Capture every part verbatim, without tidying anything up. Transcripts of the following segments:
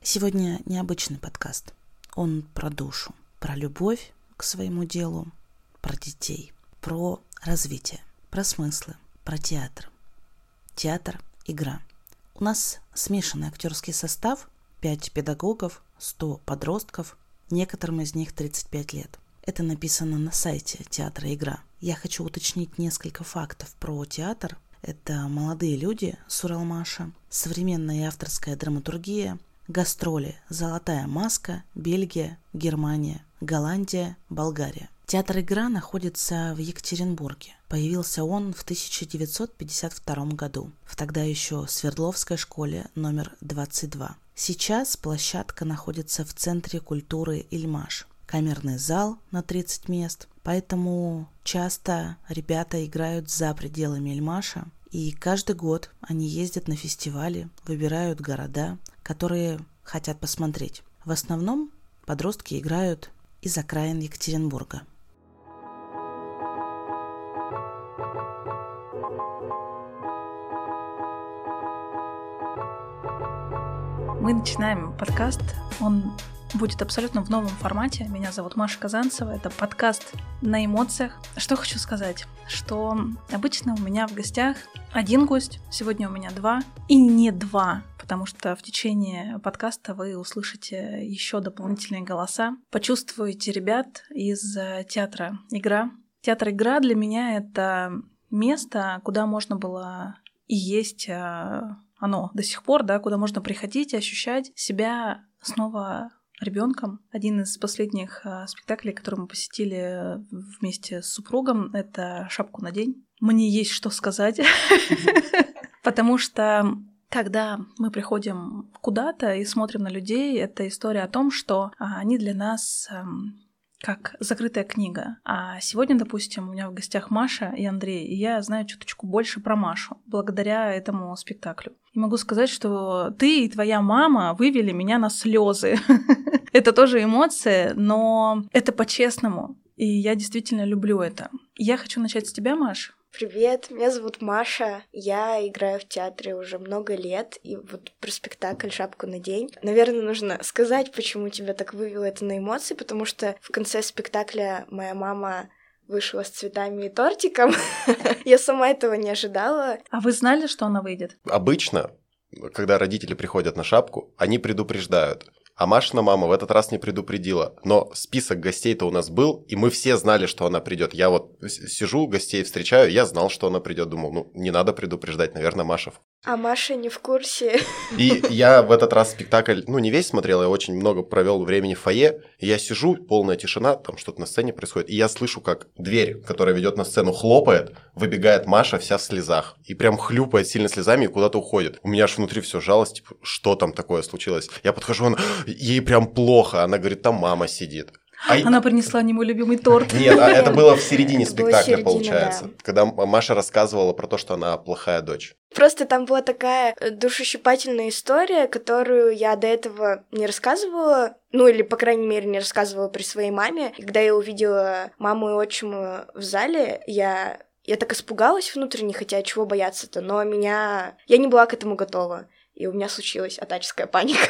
Сегодня необычный подкаст. Он про душу, про любовь к своему делу, про детей, про развитие, про смыслы, про театр. Театр – игра. У нас смешанный актерский состав, пять педагогов, сто подростков, некоторым из них тридцать пять лет. Это написано на сайте театра «Игра». Я хочу уточнить несколько фактов про театр. Это молодые люди с Уралмаша, современная и авторская драматургия, гастроли, золотая маска, Бельгия, Германия, Голландия, Болгария. Театр «Игра» находится в Екатеринбурге. Появился он в тысяча девятьсот пятьдесят втором году, в тогда еще Свердловской школе номер двадцать два. Сейчас площадка находится в Центре культуры «Ильмаш». Камерный зал на тридцать мест, поэтому часто ребята играют за пределами Ильмаша, и каждый год они ездят на фестивали, выбирают города, которые хотят посмотреть. В основном подростки играют из окраин Екатеринбурга. Мы начинаем подкаст, он будет абсолютно в новом формате. Меня зовут Маша Казанцева, это подкаст на эмоциях. Что хочу сказать, что обычно у меня в гостях один гость, сегодня у меня два, и не два, потому что в течение подкаста вы услышите еще дополнительные голоса, почувствуете ребят из театра «Игра». Театр «Игра» для меня — это место, куда можно было и есть оно до сих пор, да, куда можно приходить и ощущать себя снова ребенком. Один из последних э, спектаклей, который мы посетили вместе с супругом, это «Шапку надень». Мне есть что сказать, потому что когда мы приходим куда-то и смотрим на людей, это история о том, что они для нас как закрытая книга. А сегодня, допустим, у меня в гостях Маша и Андрей, и я знаю чуточку больше про Машу благодаря этому спектаклю. И могу сказать, что ты и твоя мама вывели меня на слезы. Это тоже эмоции, но это по-честному. И я действительно люблю это. Я хочу начать с тебя, Маш. Привет, меня зовут Маша, я играю в театре уже много лет, и вот про спектакль «Шапку надень». Наверное, нужно сказать, почему тебя так вывело это на эмоции, потому что в конце спектакля моя мама вышла с цветами и тортиком. Я сама этого не ожидала. А вы знали, что она выйдет? Обычно, когда родители приходят на шапку, они предупреждают. А Машина мама в этот раз не предупредила. Но список гостей-то у нас был, и мы все знали, что она придет. Я вот сижу, гостей встречаю, я знал, что она придет. Думал, ну, не надо предупреждать, наверное, Маша. А Маша не в курсе. И я в этот раз спектакль, ну, не весь смотрел, я очень много провел времени в фойе. И я сижу, полная тишина, там что-то на сцене происходит. И я слышу, как дверь, которая ведет на сцену, хлопает, выбегает Маша вся в слезах. И прям хлюпает сильно слезами и куда-то уходит. У меня аж внутри все жалость, типа, что там такое случилось? Я подхожу, он, ей прям плохо. Она говорит, там мама сидит. А... Она принесла не мой любимый торт. Нет, а это было в середине спектакля, середина, получается. Да. Когда Маша рассказывала про то, что она плохая дочь. Просто там была такая душещипательная история, которую я до этого не рассказывала, ну или, по крайней мере, не рассказывала при своей маме. И когда я увидела маму и отчима в зале, я, я так испугалась внутренне, хотя чего бояться-то, но меня... Я не была к этому готова. И у меня случилась атаческая паника.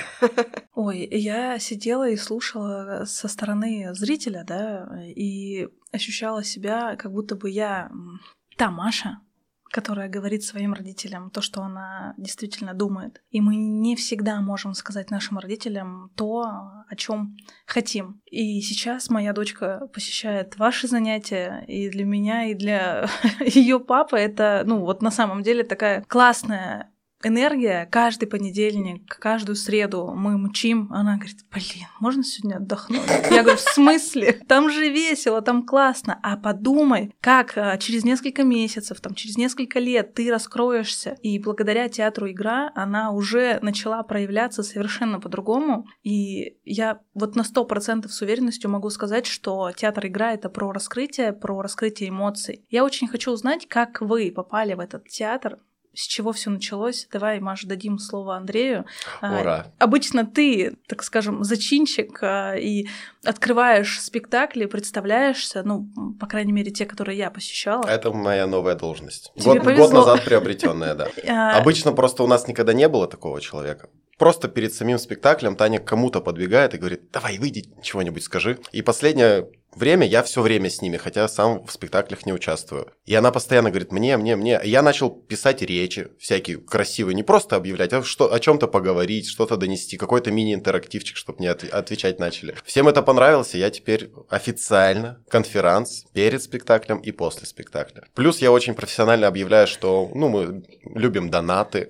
Ой, я сидела и слушала со стороны зрителя, да, и ощущала себя, как будто бы я та Маша, которая говорит своим родителям то, что она действительно думает. И мы не всегда можем сказать нашим родителям то, о чем хотим. И сейчас моя дочка посещает ваши занятия, и для меня, и для ее папы это, ну, вот на самом деле такая классная энергия. Каждый понедельник, каждую среду мы мчим. Она говорит, блин, можно сегодня отдохнуть? Я говорю, в смысле? Там же весело, там классно. А подумай, как через несколько месяцев, там, через несколько лет ты раскроешься. И благодаря театру «Игра» она уже начала проявляться совершенно по-другому. И я вот на сто процентов с уверенностью могу сказать, что театр «Игра» — это про раскрытие, про раскрытие эмоций. Я очень хочу узнать, как вы попали в этот театр, с чего все началось. Давай, Маша, дадим слово Андрею. Ура. А, обычно ты, так скажем, зачинщик а, и открываешь спектакли, представляешься, ну, по крайней мере, те, которые я посещала. Это моя новая должность. Тебе Год, повезло. год назад приобретенная, да. Обычно просто у нас никогда не было такого человека. просто перед самим спектаклем Таня к кому-то подбегает и говорит: давай, выйди, чего-нибудь скажи. И последнее время я все время с ними, хотя сам в спектаклях не участвую. И она постоянно говорит: мне, мне, мне. И я начал писать речи всякие красивые, не просто объявлять, а что, о чем-то поговорить, что-то донести, какой-то мини-интерактивчик, чтобы мне от, отвечать начали. Всем это понравилось, и я теперь официально конферанс перед спектаклем и после спектакля. Плюс я очень профессионально объявляю, что ну, мы любим донаты.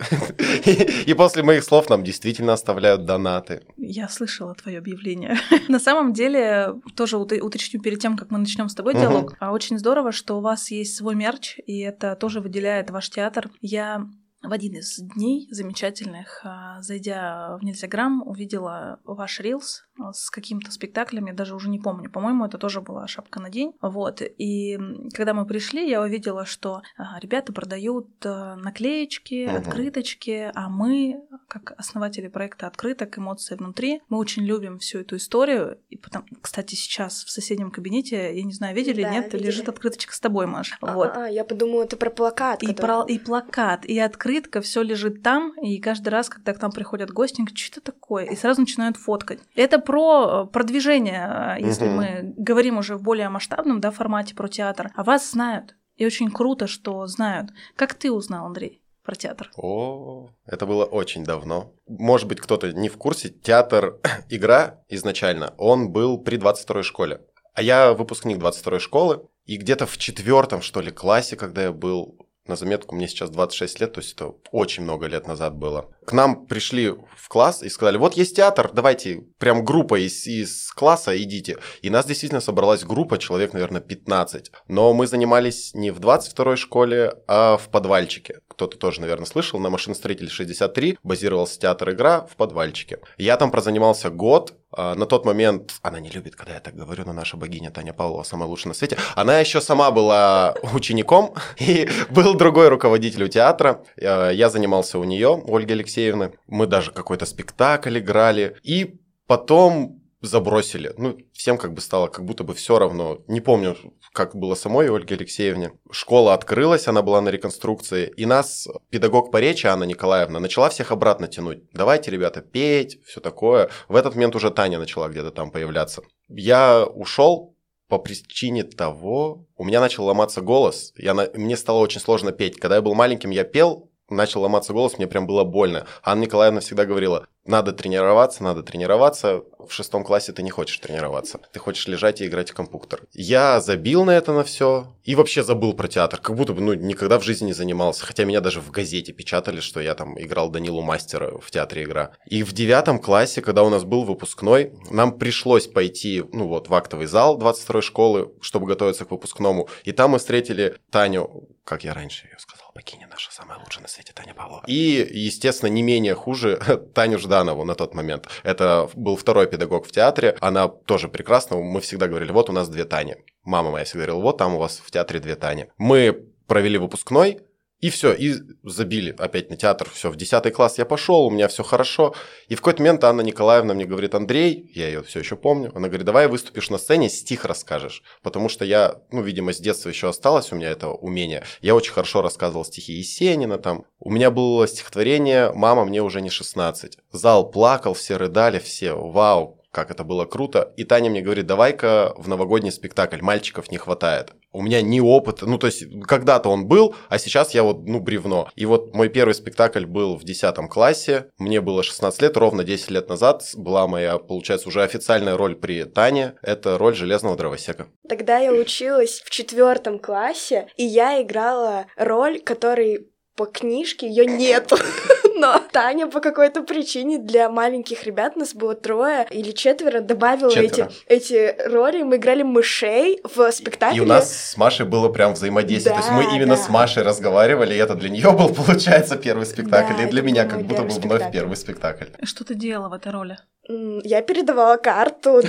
И после моих слов нам действительно оставляют донаты. Я слышала твое объявление. На самом деле, тоже уточню перед тем, как мы начнем с тобой диалог. Uh-huh. Очень здорово, что у вас есть свой мерч, и это тоже выделяет ваш театр. Я в один из дней замечательных, зайдя в Нельзяграм, увидела ваш рилс с каким-то спектаклем, я даже уже не помню. По-моему, это тоже была «Шапка на день». Вот. И когда мы пришли, я увидела, что ребята продают наклеечки, uh-huh. открыточки, а мы, как основатели проекта «Открыток. Эмоции внутри», мы очень любим всю эту историю. И потом, кстати, сейчас в соседнем кабинете, я не знаю, видели, да, нет, видели. Лежит открыточка с тобой, Маш. А, вот. а, я подумала, это про плакат. И, который... про, и плакат, и открытка, все лежит там, и каждый раз, когда к нам приходят гости, что это такое? И сразу начинают фоткать. Это про продвижение, если угу. мы говорим уже в более масштабном, да, формате про театр. А вас знают. И очень круто, что знают. Как ты узнал, Андрей, про театр? О, это было очень давно. Может быть, кто-то не в курсе. Театр «Игра» изначально, он был при двадцать второй школе. А я выпускник двадцать второй школы. И где-то в четвертом, что ли, классе, когда я был... На заметку, мне сейчас двадцать шесть лет, то есть это очень много лет назад было. К нам пришли в класс и сказали: вот есть театр, давайте, прям группа из, из класса, идите. И нас действительно собралась группа, человек, наверное, пятнадцать. Но мы занимались не в двадцать второй школе, а в подвальчике. Кто-то тоже, наверное, слышал, на машиностроителей шестьдесят три базировался театр «Игра» в подвальчике. Я там прозанимался год. На тот момент, она не любит, когда я так говорю, но наша богиня Таня Павлова самая лучшая на свете, она еще сама была учеником, и был другой руководитель у театра. Я занимался у нее, у Ольги Алексеевны. Мы даже какой-то спектакль играли. И потом забросили. Ну, всем как бы стало как будто бы все равно. Не помню, как было самой Ольге Алексеевне. Школа открылась, она была на реконструкции. И нас педагог по речи Анна Николаевна начала всех обратно тянуть. Давайте, ребята, петь, все такое. В этот момент уже Таня начала где-то там появляться. Я ушел по причине того... У меня начал ломаться голос. Я на... Мне стало очень сложно петь. Когда я был маленьким, я пел, начал ломаться голос, мне прям было больно. Анна Николаевна всегда говорила: надо тренироваться, надо тренироваться. В шестом классе ты не хочешь тренироваться. Ты хочешь лежать и играть в компьютер. Я забил на это на все и вообще забыл про театр. Как будто бы ну, никогда в жизни не занимался. Хотя меня даже в газете печатали, что я там играл Данилу Мастера в театре «Игра». И в девятом классе, когда у нас был выпускной, нам пришлось пойти ну вот, в актовый зал двадцать второй школы, чтобы готовиться к выпускному. И там мы встретили Таню, как я раньше ее сказал, богиня наша, самая лучшая на свете, Таня Павлова. И, естественно, не менее хуже Таню Жданову на тот момент. Это был второй педагог в театре. Она тоже прекрасна. Мы всегда говорили: вот у нас две Тани. Мама моя всегда говорила: вот там у вас в театре две Тани. Мы провели выпускной, и все, и забили опять на театр. Все, в десятый класс я пошел, у меня все хорошо. И в какой-то момент Анна Николаевна мне говорит: Андрей, я ее все еще помню, она говорит: давай выступишь на сцене, стих расскажешь. Потому что я, ну, видимо, с детства еще осталось у меня это умение. Я очень хорошо рассказывал стихи Есенина там. У меня было стихотворение «Мама, мне уже не шестнадцать». Зал плакал, все рыдали, все вау, как это было круто. И Таня мне говорит: давай-ка в новогодний спектакль, мальчиков не хватает. У меня ни опыта, ну то есть когда-то он был, а сейчас я вот, ну, бревно. И вот мой первый спектакль был в десятом классе, мне было шестнадцать лет, ровно десять лет назад была моя, получается, уже официальная роль при Тане, это роль железного дровосека. Тогда я училась в четвертом классе, и я играла роль, которой по книжке ее нету. Но Таня по какой-то причине для маленьких ребят, нас было трое или четверо, добавила эти, эти роли. Мы играли мышей в спектакле. И у нас с Машей было прям взаимодействие. Да, То есть мы именно да. с Машей разговаривали, и это для нее был, получается, первый спектакль. Да, и для меня как будто бы спектакль. вновь первый спектакль. Что ты делала в этой роли? Я передавала карту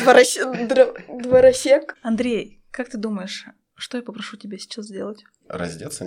дворосек. Андрей, как ты думаешь, что я попрошу тебя сейчас сделать? Раздеться?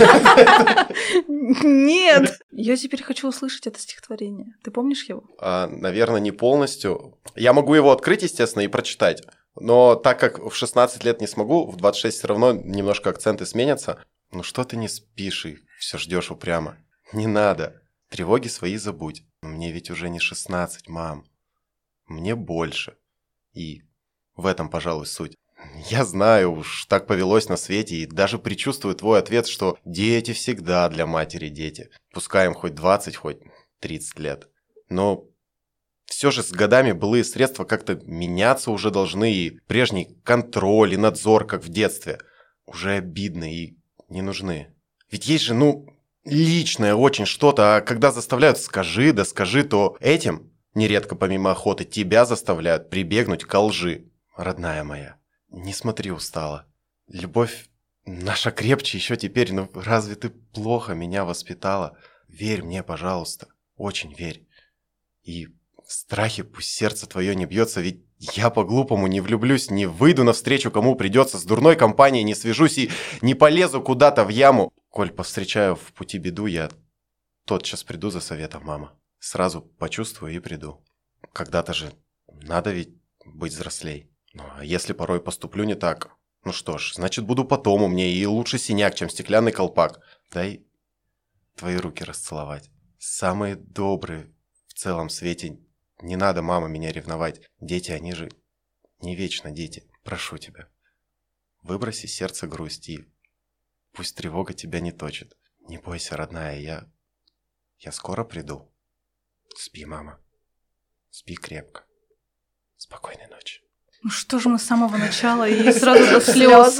Нет! Я теперь хочу услышать это стихотворение. Ты помнишь его? А, наверное, не полностью. Я могу его открыть, естественно, и прочитать. Но так как в шестнадцать лет не смогу, в двадцать шесть все равно немножко акценты сменятся. Ну что ты не спишь и все ждешь упрямо? Не надо. Тревоги свои забудь. Мне ведь уже не шестнадцать, мам. Мне больше. И в этом, пожалуй, суть. Я знаю, уж так повелось на свете, и даже предчувствую твой ответ, что дети всегда для матери дети. Пускай им хоть двадцать, хоть тридцать лет. Но все же с годами былые средства как-то меняться уже должны, и прежний контроль и надзор, как в детстве, уже обидны и не нужны. Ведь есть же, ну, личное очень что-то, а когда заставляют «скажи, да скажи», то этим, нередко помимо охоты, тебя заставляют прибегнуть к лжи. Родная моя, не смотри устала. Любовь наша крепче еще теперь, но разве ты плохо меня воспитала? Верь мне, пожалуйста, очень верь. И в страхе пусть сердце твое не бьется, ведь я по-глупому не влюблюсь, не выйду навстречу, кому придется, с дурной компанией не свяжусь и не полезу куда-то в яму. Коль повстречаю в пути беду, я тотчас приду за советом, мама. Сразу почувствую и приду. Когда-то же надо ведь быть взрослей. Ну, а если порой поступлю не так, ну что ж, значит, буду потом умнее и лучше синяк, чем стеклянный колпак. Дай твои руки расцеловать. Самые добрые в целом свете. Не надо, мама, меня ревновать. Дети, они же не вечно дети. Прошу тебя. Выброси из сердца грусть, и пусть тревога тебя не точит. Не бойся, родная, я... Я скоро приду. Спи, мама. Спи крепко. Спокойной ночи. Ну что же мы с самого начала и сразу до слез.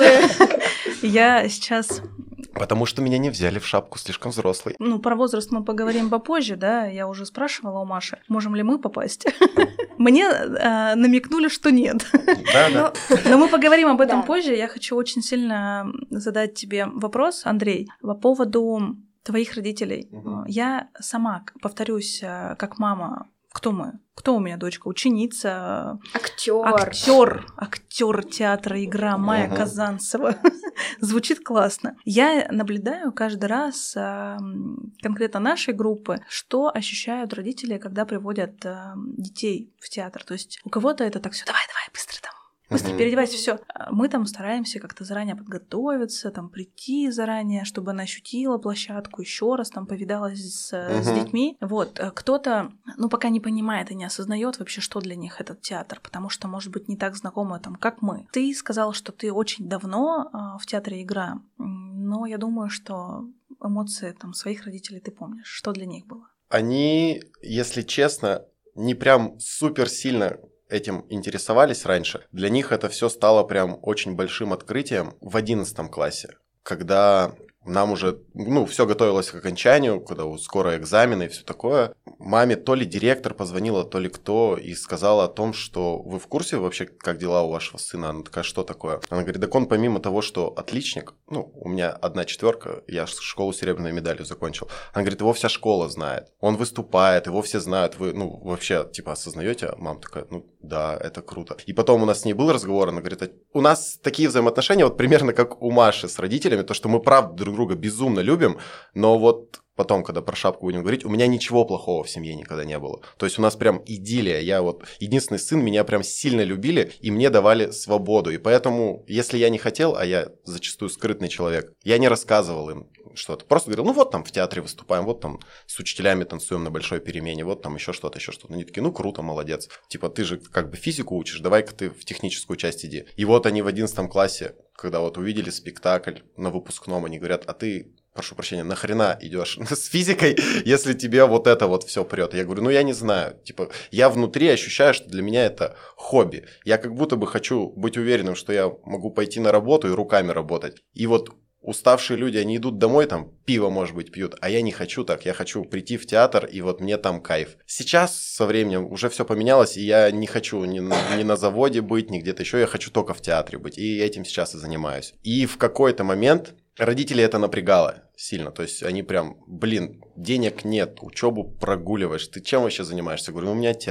Я сейчас... Потому что меня не взяли в шапку, слишком взрослый. Ну, про возраст мы поговорим попозже, да? Я уже спрашивала у Маши, можем ли мы попасть. Мне э, намекнули, что нет. Да, да. Но мы поговорим об этом Да. позже. Я хочу очень сильно задать тебе вопрос, Андрей, по поводу твоих родителей. Мгм. Я сама, повторюсь, э, как мама, кто мы? Кто у меня дочка? Ученица, Актер. актер, актер театра «Игра» Майя Мгм. Казанцева. Звучит классно. Я наблюдаю каждый раз а, м, конкретно нашей группы, что ощущают родители, когда приводят а, детей в театр. То есть у кого-то это так все, давай, давай, быстро там. Быстро Мгм. переодевайся, все. Мы там стараемся как-то заранее подготовиться, там прийти заранее, чтобы она ощутила площадку, еще раз там повидалась с, с Мгм. детьми. Вот а кто-то, ну пока не понимает и не осознает вообще, что для них этот театр, потому что, может быть, не так знакомы там, как мы. Ты сказал, что ты очень давно а, в театре «Игра», м, но я думаю, что эмоции там своих родителей ты помнишь. Что для них было? Они, если честно, не прям супер сильно этим интересовались раньше. Для них это все стало прям очень большим открытием в одиннадцатом классе, когда нам уже, ну, все готовилось к окончанию, когда вот скоро экзамены и все такое. Маме то ли директор позвонила, то ли кто, и сказала о том, что вы в курсе вообще, как дела у вашего сына? Она такая, что такое? Она говорит, так он помимо того, что отличник, ну, у меня одна четверка, я школу серебряной медалью закончил. Она говорит, его вся школа знает. Он выступает, его все знают. Вы, ну, вообще, типа, осознаете? Мама такая, ну, да, это круто. И потом у нас с ней был разговор, она говорит, у нас такие взаимоотношения вот примерно как у Маши с родителями, то, что мы правда друг друга безумно любим, но вот потом, когда про шапку будем говорить, у меня ничего плохого в семье никогда не было. То есть у нас прям идиллия. Я вот единственный сын, меня прям сильно любили, и мне давали свободу. И поэтому, если я не хотел, а я зачастую скрытный человек, я не рассказывал им что-то. Просто говорил, ну вот там в театре выступаем, вот там с учителями танцуем на большой перемене, вот там еще что-то, еще что-то. Они такие, ну круто, молодец. Типа ты же как бы физику учишь, давай-ка ты в техническую часть иди. И вот они в одиннадцатом классе, когда вот увидели спектакль на выпускном, они говорят, а ты, прошу прощения, нахрена идешь с физикой, если тебе вот это вот все прет? Я говорю, ну я не знаю. Типа, я внутри ощущаю, что для меня это хобби. Я как будто бы хочу быть уверенным, что я могу пойти на работу и руками работать. И вот уставшие люди, они идут домой, там пиво, может быть, пьют, а я не хочу так. Я хочу прийти в театр, и вот мне там кайф. Сейчас со временем уже все поменялось, и я не хочу ни на, ни на заводе быть, ни где-то еще. Я хочу только в театре быть, и этим сейчас и занимаюсь. И в какой-то момент родители это напрягало сильно. То есть они прям, блин, денег нет, учебу прогуливаешь, ты чем вообще занимаешься? Я говорю, ну у меня театр.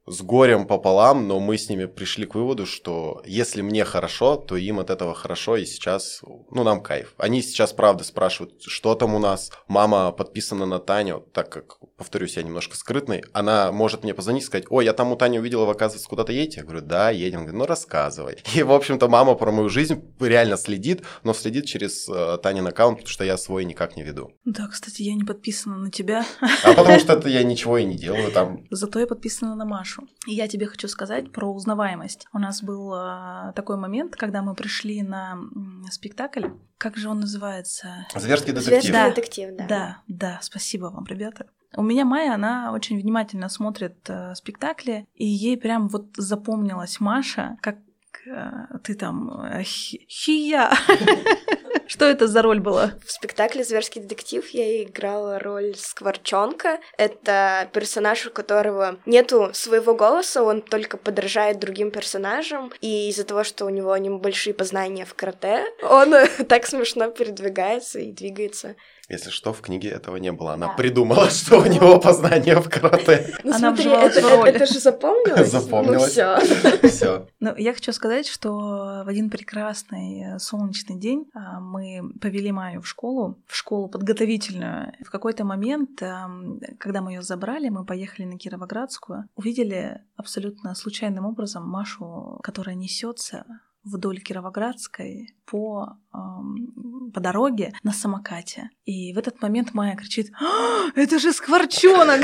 с горем пополам, но мы с ними пришли к выводу, что если мне хорошо, то им от этого хорошо, и сейчас, ну, нам кайф. Они сейчас, правда, спрашивают, что там у нас. Мама подписана на Таню, так как, повторюсь, я немножко скрытный, она может мне позвонить и сказать: ой, я там у Тани увидела, вы, оказывается, куда-то едете? Я говорю: да, едем. Говорю: ну, рассказывай. И, в общем-то, мама про мою жизнь реально следит, но следит через э, Танин аккаунт, потому что я свой никак не веду. Да, кстати, я не подписана на тебя. А потому что это я ничего и не делаю там. Зато я подписана на Машу. И я тебе хочу сказать про узнаваемость. У нас был э, такой момент, когда мы пришли на э, спектакль. Как же он называется? Зверский детектив. Зверский Да, детектив, да. Да, да, спасибо вам, ребята. У меня Майя, она очень внимательно смотрит э, спектакли, и ей прям вот запомнилась Маша, как э, ты там э, хи- хия. Что это за роль была? В спектакле «Зверский детектив» я играла роль Скворчонка. Это персонаж, у которого нету своего голоса, он только подражает другим персонажам. И из-за того, что у него небольшие познания в карате, он так смешно передвигается и двигается. Если что, в книге этого не было. Она Да. придумала, что у него познание в карате. Ну Она смотри, вживалась это, в роль. это же запомнилось? Запомнилось. Ну всё. Все. Ну, я хочу сказать, что в один прекрасный э, солнечный день а, мы повели Майю в школу, в школу подготовительную. В какой-то момент, а, когда мы ее забрали, мы поехали на Кировоградскую, увидели абсолютно случайным образом Машу, которая несется вдоль Кировоградской по, эм, по дороге на самокате. И в этот момент Майя кричит: «А, это же Скворчонок!»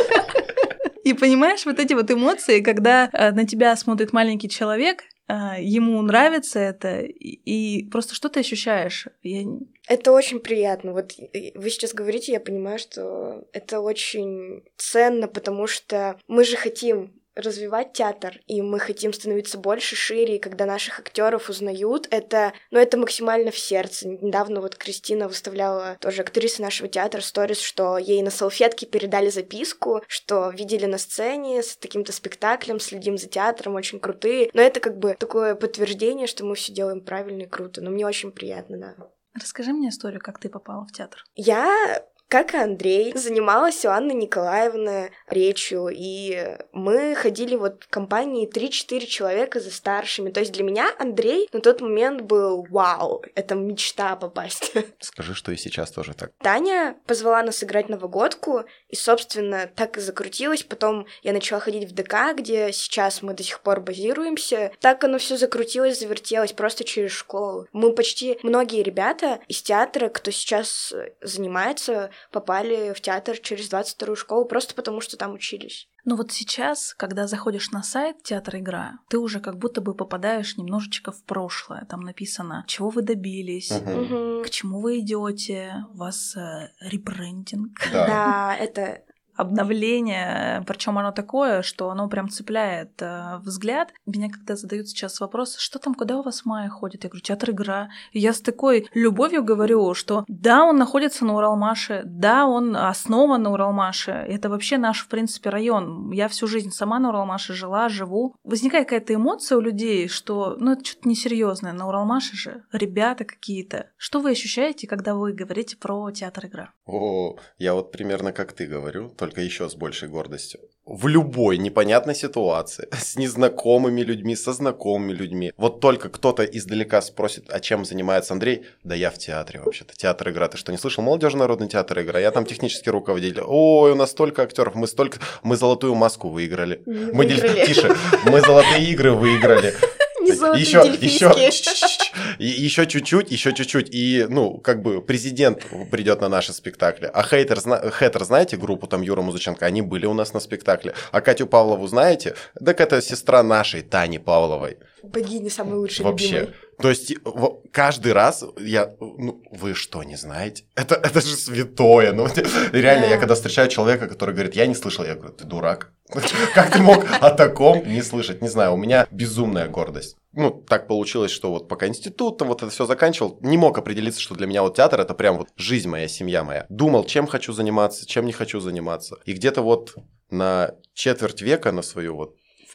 И понимаешь, вот эти вот эмоции, когда э, на тебя смотрит маленький человек, э, ему нравится это, и, и просто что ты ощущаешь? Я... Это очень приятно. Вот вы сейчас говорите, я понимаю, что это очень ценно, потому что мы же хотим развивать театр, и мы хотим становиться больше, шире, и когда наших актеров узнают, это, ну, это максимально в сердце. Недавно вот Кристина выставляла, тоже актриса нашего театра, сторис, что ей на салфетке передали записку, что видели на сцене с таким-то спектаклем, следим за театром, очень крутые. Но это как бы такое подтверждение, что мы все делаем правильно и круто. Но мне очень приятно, да. Расскажи мне историю, как ты попала в театр. Я... Как и Андрей, занималась у Анны Николаевны речью, и мы ходили вот в компании три-четыре человека за старшими. То есть для меня Андрей на тот момент был вау, это мечта попасть. Скажи, что и сейчас тоже так. Таня позвала нас играть новогодку, и, собственно, так и закрутилось. Потом я начала ходить в ДК, где сейчас мы до сих пор базируемся. Так оно все закрутилось, завертелось просто через школу. Мы почти, многие ребята из театра, кто сейчас занимается, попали в театр через двадцать вторую школу просто потому, что там учились. Но вот сейчас, когда заходишь на сайт Театр Игра, ты уже как будто бы попадаешь немножечко в прошлое. Там написано, чего вы добились, Угу. Угу. к чему вы идете, у вас э, ребрендинг, Да. Да, это... обновление, причем оно такое, что оно прям цепляет э, взгляд. Меня когда задают сейчас вопрос, что там, куда у вас Майя ходит? Я говорю, Театр Игра. И я с такой любовью говорю, что да, он находится на Уралмаше, да, он основан на Уралмаше. Это вообще наш, в принципе, район. Я всю жизнь сама на Уралмаше жила, живу. Возникает какая-то эмоция у людей, что, ну, это что-то несерьезное. На Уралмаше же ребята какие-то. Что вы ощущаете, когда вы говорите про Театр Игра? О, я вот примерно как ты говорю, только еще с большей гордостью. В любой непонятной ситуации, с незнакомыми людьми, со знакомыми людьми, вот только кто-то издалека спросит, а чем занимается Андрей? Да я в театре вообще-то. Театр Игра. Ты что, не слышал? Молодежный народный театр Игра. Я там технический руководитель. Ой, у нас столько актеров. Мы столько... Мы золотую маску выиграли. Не Мы дельф- выиграли. Тише. Мы золотые игры выиграли. Не золотые, Еще, дельфийские. еще, еще чуть-чуть, еще чуть-чуть, и, ну, как бы президент придет на наши спектакли. А хейтер, зна- хейтер, знаете, группу там Юра Музыченко, они были у нас на спектакле. А Катю Павлову знаете? Так это сестра нашей, Тани Павловой. Богиня самый лучший, Вообще. любимый. То есть в- каждый раз я... Ну, вы что, не знаете? Это, это же святое. Ну, реально, Да. я когда встречаю человека, который говорит, я не слышал, я говорю, ты дурак. Как ты мог о таком не слышать? Не знаю, у меня безумная гордость. Ну, так получилось, что вот пока институт, там вот это все заканчивал, не мог определиться, что для меня вот театр это прям вот жизнь моя, семья моя. Думал, чем хочу заниматься, чем не хочу заниматься. И где-то вот на четверть века, на свою вот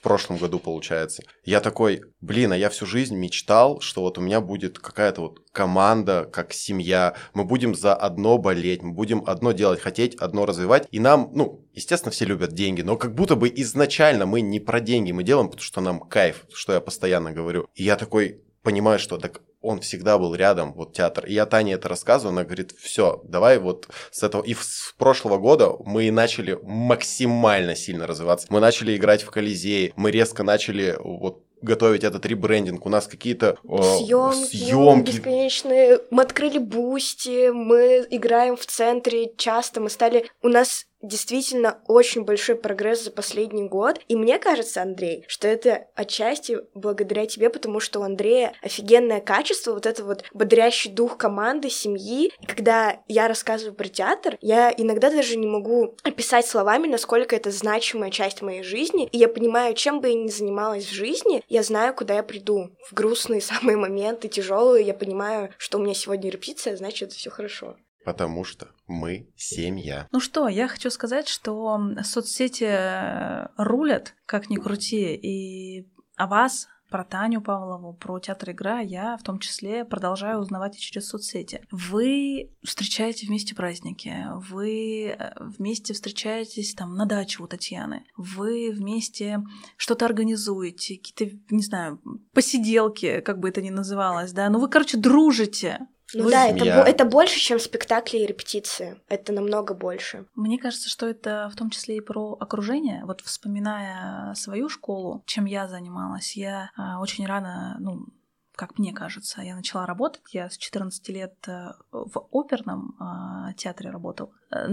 прошлом году, получается. Я такой, блин, а я всю жизнь мечтал, что вот у меня будет какая-то вот команда, как семья, мы будем за одно болеть, мы будем одно делать, хотеть, одно развивать, и нам, ну, естественно, все любят деньги, но как будто бы изначально мы не про деньги, мы делаем, потому что нам кайф, что я постоянно говорю. И я такой понимаю, что так он всегда был рядом, вот театр. И я Тане это рассказываю, она говорит, все, давай вот с этого. И с прошлого года мы начали максимально сильно развиваться. Мы начали играть в Колизее, мы резко начали вот готовить этот ребрендинг, у нас какие-то съемки, съемки бесконечные. Мы открыли Бусти, мы играем в центре часто, мы стали... У нас действительно очень большой прогресс за последний год. И мне кажется, Андрей, что это отчасти благодаря тебе, потому что у Андрея офигенное качество, вот это вот бодрящий дух команды, семьи. И когда я рассказываю про театр, я иногда даже не могу описать словами, насколько это значимая часть моей жизни. И я понимаю, чем бы я ни занималась в жизни, я знаю, куда я приду. В грустные самые моменты, тяжелые, я понимаю, что у меня сегодня репетиция, значит, все хорошо. Потому что мы семья. Ну что, я хочу сказать, что соцсети рулят, как ни крути, и о вас, про Таню Павлову, про театр «Игра» я в том числе продолжаю узнавать и через соцсети. Вы встречаете вместе праздники, вы вместе встречаетесь там на даче у Татьяны, вы вместе что-то организуете, какие-то, не знаю, посиделки, как бы это ни называлось, да, ну вы, короче, дружите. Ну Вы да, это, семья. это больше, чем спектакли и репетиции. Это намного больше. Мне кажется, что это в том числе и про окружение. Вот вспоминая свою школу, чем я занималась, я а, очень рано, ну, как мне кажется, я начала работать. Я с четырнадцати лет в оперном э, театре работала.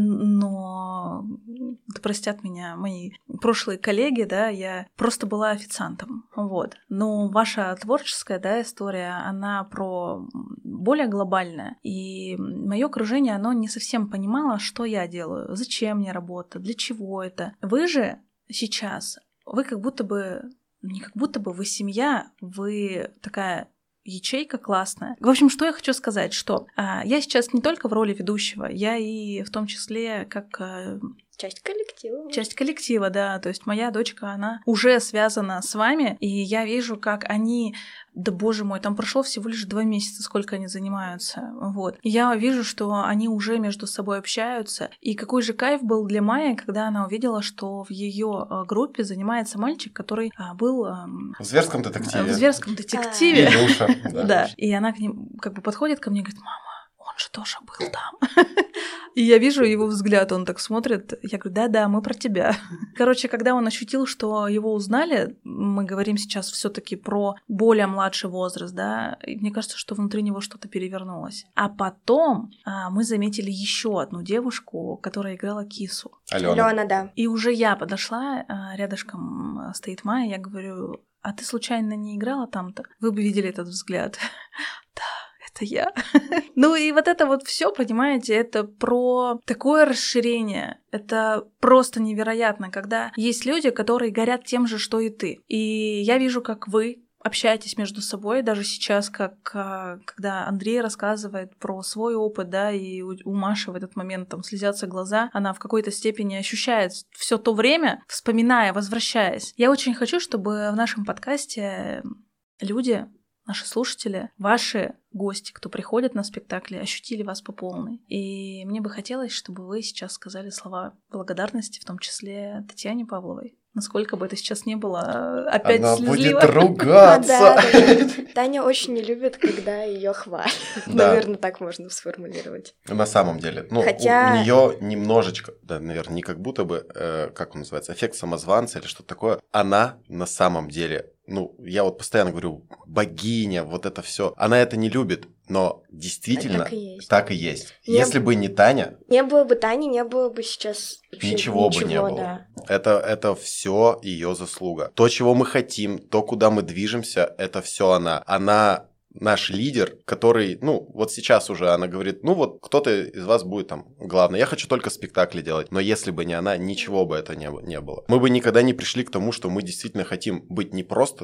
Но, да простят меня мои прошлые коллеги, да, я просто была официантом. Вот. Но ваша творческая, да, история, она про более глобальная. И мое окружение, оно не совсем понимало, что я делаю, зачем мне работа, для чего это. Вы же сейчас, вы как будто бы... Не как будто бы вы семья, вы такая ячейка классная. В общем, что я хочу сказать, что а, я сейчас не только в роли ведущего, я и в том числе как... А, часть коллектива. Часть коллектива, да. То есть моя дочка, она уже связана с вами, и я вижу, как они... Да боже мой, там прошло всего лишь два месяца, сколько они занимаются. Вот. И я вижу, что они уже между собой общаются. И какой же кайф был для Майи, когда она увидела, что в ее группе занимается мальчик, который был... В зверском детективе. В зверском детективе. Илюша, да. Да. И она к ним как бы подходит ко мне и говорит: мама, он же тоже был там. И я вижу его взгляд, он так смотрит. Я говорю: да-да, мы про тебя. Короче, когда он ощутил, что его узнали, мы говорим сейчас все-таки про более младший возраст, да, и мне кажется, что внутри него что-то перевернулось. А потом а, мы заметили еще одну девушку, которая играла кису. Алена. Алена, да. И уже я подошла, а, рядышком стоит Майя, я говорю: а ты случайно не играла там-то? Вы бы видели этот взгляд. Да. Это я. Ну и вот это вот все, понимаете, это про такое расширение. Это просто невероятно, когда есть люди, которые горят тем же, что и ты. И я вижу, как вы общаетесь между собой, даже сейчас, как когда Андрей рассказывает про свой опыт, да, и у Маши в этот момент там слезятся глаза, она в какой-то степени ощущает все то время, вспоминая, возвращаясь. Я очень хочу, чтобы в нашем подкасте люди, наши слушатели, ваши гости, кто приходит на спектакли, ощутили вас по полной. И мне бы хотелось, чтобы вы сейчас сказали слова благодарности, в том числе Татьяне Павловой. Насколько бы это сейчас не было опять Она слезливо. будет ругаться. Да, да, да. Таня очень не любит, когда ее хвалят. Да. Наверное, так можно сформулировать. На самом деле. Ну, Хотя- у нее немножечко, да, наверное, не как будто бы, э, как он называется, эффект самозванца или что-то такое. Она на самом деле, ну, я вот постоянно говорю, богиня, вот это все. Она это не любит, но действительно Так и есть. так и есть. Не- Если бы не Таня, Не было бы Тани, не было бы сейчас вообще ничего бы не было. да. Это, это все ее заслуга. То, чего мы хотим, то, куда мы движемся, это все она. Она наш лидер, который, ну, вот сейчас уже она говорит, ну, вот кто-то из вас будет там главный. Я хочу только спектакли делать. Но если бы не она, ничего бы это не, не было. Мы бы никогда не пришли к тому, что мы действительно хотим быть не просто там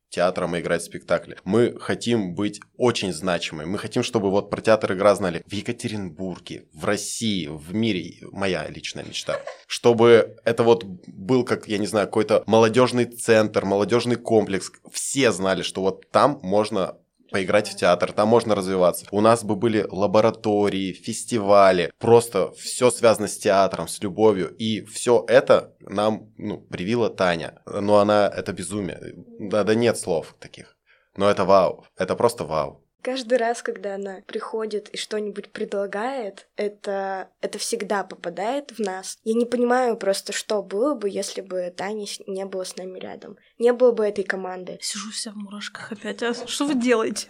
театром и играть в спектакле. Мы хотим быть очень значимыми. Мы хотим, чтобы вот про театр «Игра» знали в Екатеринбурге, в России, в мире. Моя личная мечта. Чтобы это вот был, как, я не знаю, какой-то молодежный центр, молодежный комплекс. Все знали, что вот там можно поиграть в театр, там можно развиваться. У нас бы были лаборатории, фестивали, просто все связано с театром, с любовью. И все это нам ну, привила Таня. Но она, это безумие. Да, да нет слов таких. Но это вау. Это просто вау. Каждый раз, когда она приходит и что-нибудь предлагает, это, это всегда попадает в нас. Я не понимаю просто, что было бы, если бы Тани не было с нами рядом. Не было бы этой команды. Сижу вся в мурашках опять. А что вы делаете?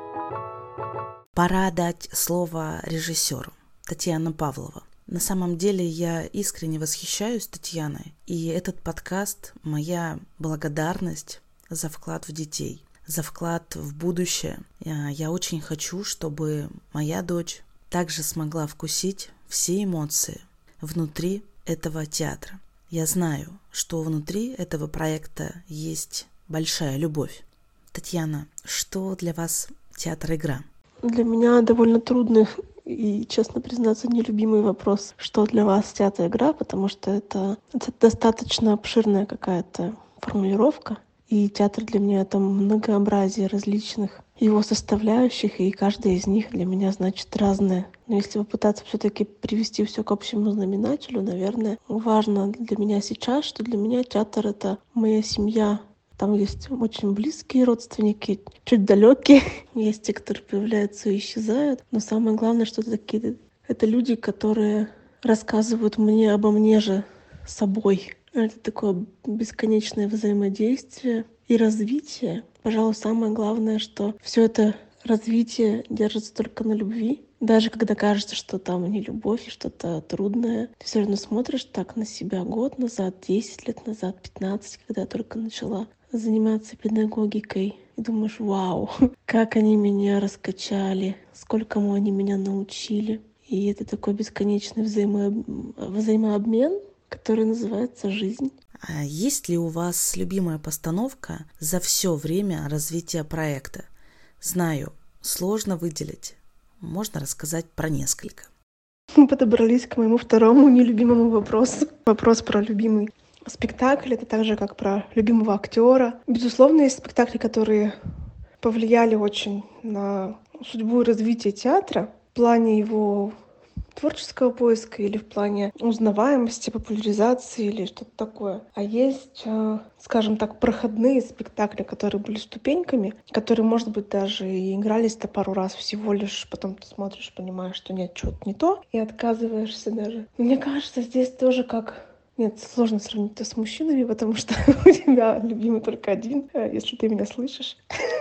Пора дать слово режиссеру Татьяна Павлова. На самом деле я искренне восхищаюсь Татьяной, и этот подкаст – моя благодарность за вклад в детей, за вклад в будущее. Я, я очень хочу, чтобы моя дочь также смогла вкусить все эмоции внутри этого театра. Я знаю, что внутри этого проекта есть большая любовь. Татьяна, что для вас театр «Игра»? Для меня довольно трудный и, честно признаться, нелюбимый вопрос, что для вас театр «Игра», потому что это, это достаточно обширная какая-то формулировка. И театр для меня — это многообразие различных его составляющих, и каждая из них для меня значит разное. Но если попытаться все-таки привести все к общему знаменателю, наверное, важно для меня сейчас, что для меня театр — это моя семья. Там есть очень близкие родственники, чуть далекие, есть те, которые появляются и исчезают. Но самое главное, что это такие это люди, которые рассказывают мне обо мне же собой. Это такое бесконечное взаимодействие и развитие. Пожалуй, самое главное, что все это развитие держится только на любви. Даже когда кажется, что там не любовь и что-то трудное, ты все равно смотришь так на себя год назад, десять лет назад, пятнадцать, когда я только начала заниматься педагогикой. И думаешь, вау, как они меня раскачали, сколькому они меня научили. И это такой бесконечный взаимо... взаимообмен, который называется «Жизнь». А есть ли у вас любимая постановка за все время развития проекта? Знаю, сложно выделить. Можно рассказать про несколько. Мы подобрались к моему второму нелюбимому вопросу. Вопрос про любимый спектакль. Это так же, как про любимого актера. Безусловно, есть спектакли, которые повлияли очень на судьбу и развитие театра в плане его творческого поиска или в плане узнаваемости, популяризации или что-то такое. А есть, скажем так, проходные спектакли, которые были ступеньками, которые, может быть, даже и игрались-то пару раз всего лишь, потом ты смотришь, понимаешь, что нет, что-то не то, и отказываешься даже. Мне кажется, здесь тоже как... Нет, сложно сравнить это с мужчинами, потому что у тебя любимый только один, если ты меня слышишь.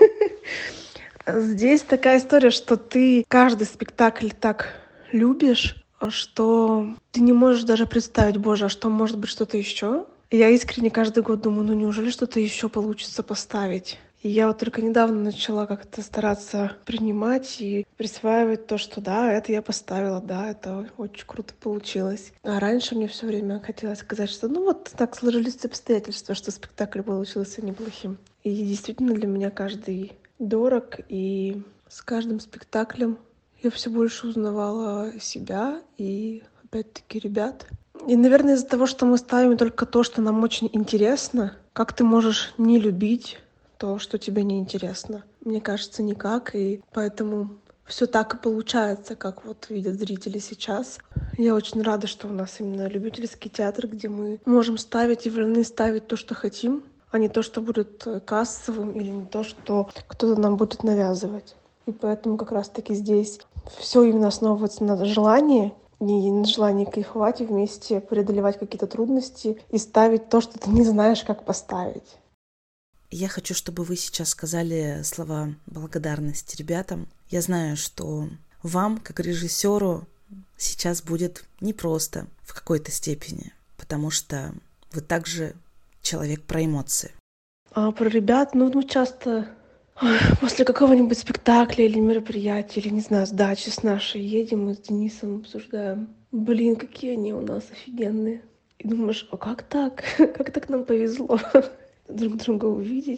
Здесь такая история, что ты каждый спектакль так любишь, что ты не можешь даже представить, боже, а что может быть что-то еще? И я искренне каждый год думаю, ну неужели что-то еще получится поставить? И я вот только недавно начала как-то стараться принимать и присваивать то, что да, это я поставила, да, это очень круто получилось. А раньше мне все время хотелось сказать, что ну вот так сложились обстоятельства, что спектакль получился неплохим. И действительно для меня каждый дорог, и с каждым спектаклем я все больше узнавала себя и, опять-таки, ребят. И, наверное, из-за того, что мы ставим только то, что нам очень интересно, как ты можешь не любить то, что тебе не интересно? Мне кажется, никак. И поэтому все так и получается, как вот видят зрители сейчас. Я очень рада, что у нас именно любительский театр, где мы можем ставить и вольны ставить то, что хотим, а не то, что будет кассовым, или не то, что кто-то нам будет навязывать. И поэтому как раз-таки здесь все именно основывается на желании, и на желании кайфовать и вместе преодолевать какие-то трудности и ставить то, что ты не знаешь, как поставить. Я хочу, чтобы вы сейчас сказали слова благодарности ребятам. Я знаю, что вам, как режиссеру, сейчас будет непросто в какой-то степени, потому что вы также человек про эмоции. А про ребят, ну, ну часто после какого-нибудь спектакля или мероприятия, или, не знаю, сдачи с нашей едем, мы с Денисом обсуждаем. Блин, какие они у нас офигенные. И думаешь, а как так? Как так нам повезло друг друга увидеть,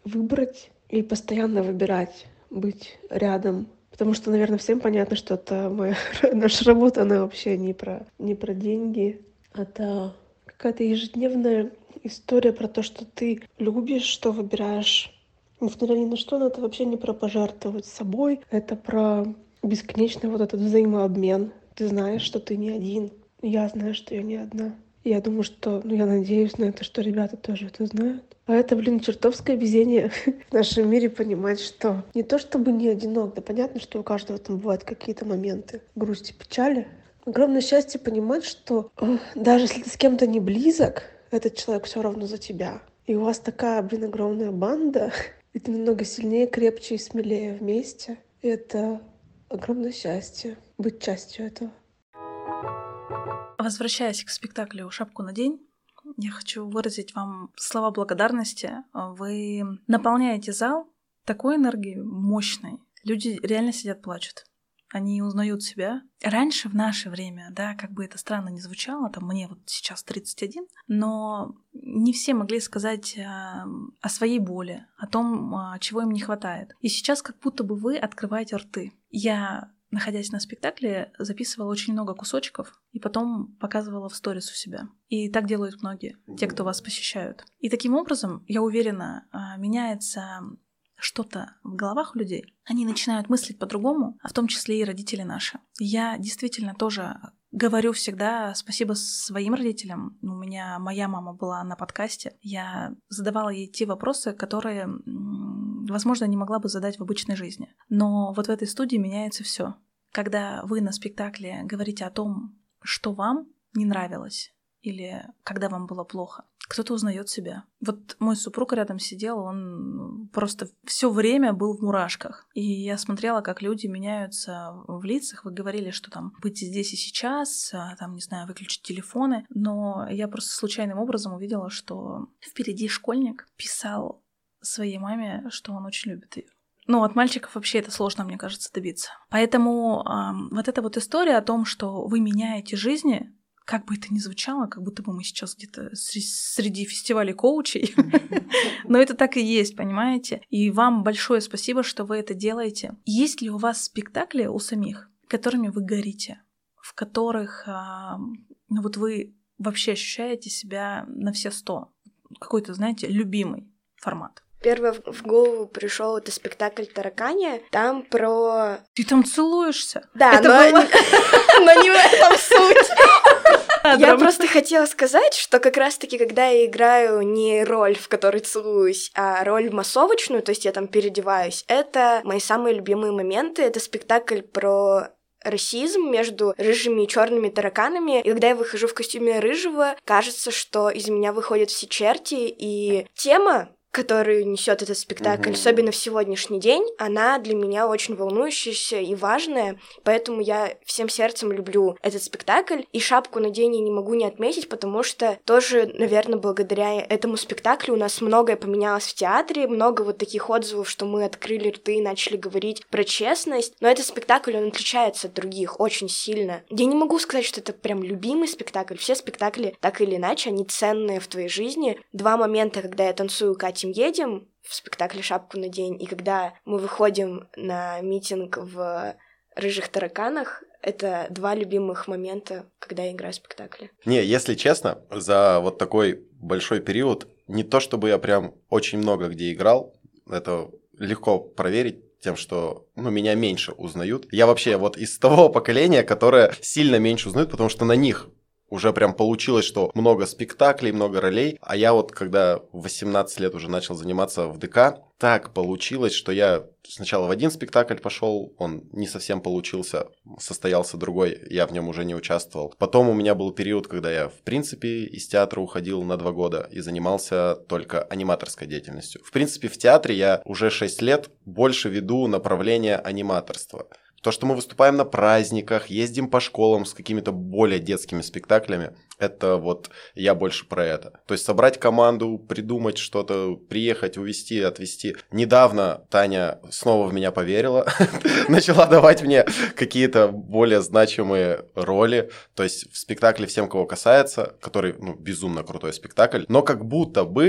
выбрать и постоянно выбирать быть рядом. Потому что, наверное, всем понятно, что это моя наша работа, она вообще не про, не про деньги. Это какая-то ежедневная история про то, что ты любишь, что выбираешь. Несмотря ни на что, но это вообще не про пожертвовать собой. Это про бесконечный вот этот взаимообмен. Ты знаешь, что ты не один. Я знаю, что я не одна. Я думаю, что, ну я надеюсь на это, что ребята тоже это знают. А это, блин, чертовское везение в нашем мире понимать, что не то чтобы не одинок, да понятно, что у каждого там бывают какие-то моменты грусти, печали. Огромное счастье понимать, что э, даже если ты с кем-то не близок, этот человек все равно за тебя. И у вас такая, блин, огромная банда, и ты намного сильнее, крепче и смелее вместе. И это огромное счастье быть частью этого. Возвращаясь к спектаклю «Шапку надень», я хочу выразить вам слова благодарности. Вы наполняете зал такой энергией мощной. Люди реально сидят, плачут. Они узнают себя. Раньше, в наше время, да, как бы это странно ни звучало, там мне вот сейчас тридцать один, но не все могли сказать о, о своей боли, о том, чего им не хватает. И сейчас как будто бы вы открываете рты. Я, находясь на спектакле, записывала очень много кусочков и потом показывала в сторис у себя. И так делают многие, те, кто вас посещают. И таким образом, я уверена, меняется что-то в головах у людей. Они начинают мыслить по-другому, а в том числе и родители наши. Я действительно тоже говорю всегда спасибо своим родителям. У меня моя мама была на подкасте. Я задавала ей те вопросы, которые, возможно, не могла бы задать в обычной жизни. Но вот в этой студии меняется все. Когда вы на спектакле говорите о том, что вам не нравилось, или когда вам было плохо, кто-то узнает себя. Вот мой супруг рядом сидел, он просто все время был в мурашках. И я смотрела, как люди меняются в лицах. Вы говорили, что там быть здесь и сейчас, там, не знаю, выключить телефоны. Но я просто случайным образом увидела, что впереди школьник писал своей маме, что он очень любит ее. Ну, от мальчиков вообще это сложно, мне кажется, добиться. Поэтому эм, вот эта вот история о том, что вы меняете жизни, как бы это ни звучало, как будто бы мы сейчас где-то среди фестивалей коучей, но это так и есть, понимаете? И вам большое спасибо, что вы это делаете. Есть ли у вас спектакли у самих, которыми вы горите, в которых ну, вот вы вообще ощущаете себя на все сто? Какой-то, знаете, любимый формат? Первое в голову пришел это спектакль «Таракани». Там про... Ты там целуешься? Да, это но, было... но не в этом суть. Я просто хотела сказать, что как раз-таки, когда я играю не роль, в которой целуюсь, а роль массовочную, то есть я там переодеваюсь, это мои самые любимые моменты. Это спектакль про расизм между рыжими и черными тараканами. И когда я выхожу в костюме рыжего, кажется, что из меня выходят все черти, и тема, которую несет этот спектакль, mm-hmm. особенно в сегодняшний день, она для меня очень волнующаяся и важная, поэтому я всем сердцем люблю этот спектакль, и «Шапку надень» я не могу не отметить, потому что тоже, наверное, благодаря этому спектаклю у нас многое поменялось в театре, много вот таких отзывов, что мы открыли рты и начали говорить про честность, но этот спектакль, он отличается от других очень сильно. Я не могу сказать, что это прям любимый спектакль, все спектакли, так или иначе, они ценные в твоей жизни. Два момента, когда я танцую «Катя, едем» в спектакле «Шапку надень», и когда мы выходим на митинг в «Рыжих тараканах», это два любимых момента, когда я играю в спектакле. Не, если честно, за вот такой большой период, не то чтобы я прям очень много где играл, это легко проверить тем, что ну, меня меньше узнают. Я вообще вот из того поколения, которое сильно меньше узнают, потому что на них уже прям получилось, что много спектаклей, много ролей. А я вот, когда в восемнадцать лет уже начал заниматься в ДК, так получилось, что я сначала в один спектакль пошел, он не совсем получился, состоялся другой, я в нем уже не участвовал. Потом у меня был период, когда я, в принципе, из театра уходил на два года и занимался только аниматорской деятельностью. В принципе, в театре я уже шесть лет больше веду направление аниматорства. То, что мы выступаем на праздниках, ездим по школам с какими-то более детскими спектаклями, это вот я больше про это. То есть собрать команду, придумать что-то, приехать, увезти, отвезти. Недавно Таня снова в меня поверила, начала давать мне какие-то более значимые роли. То есть в спектакле «Всем, кого касается», который, ну, безумно крутой спектакль, но как будто бы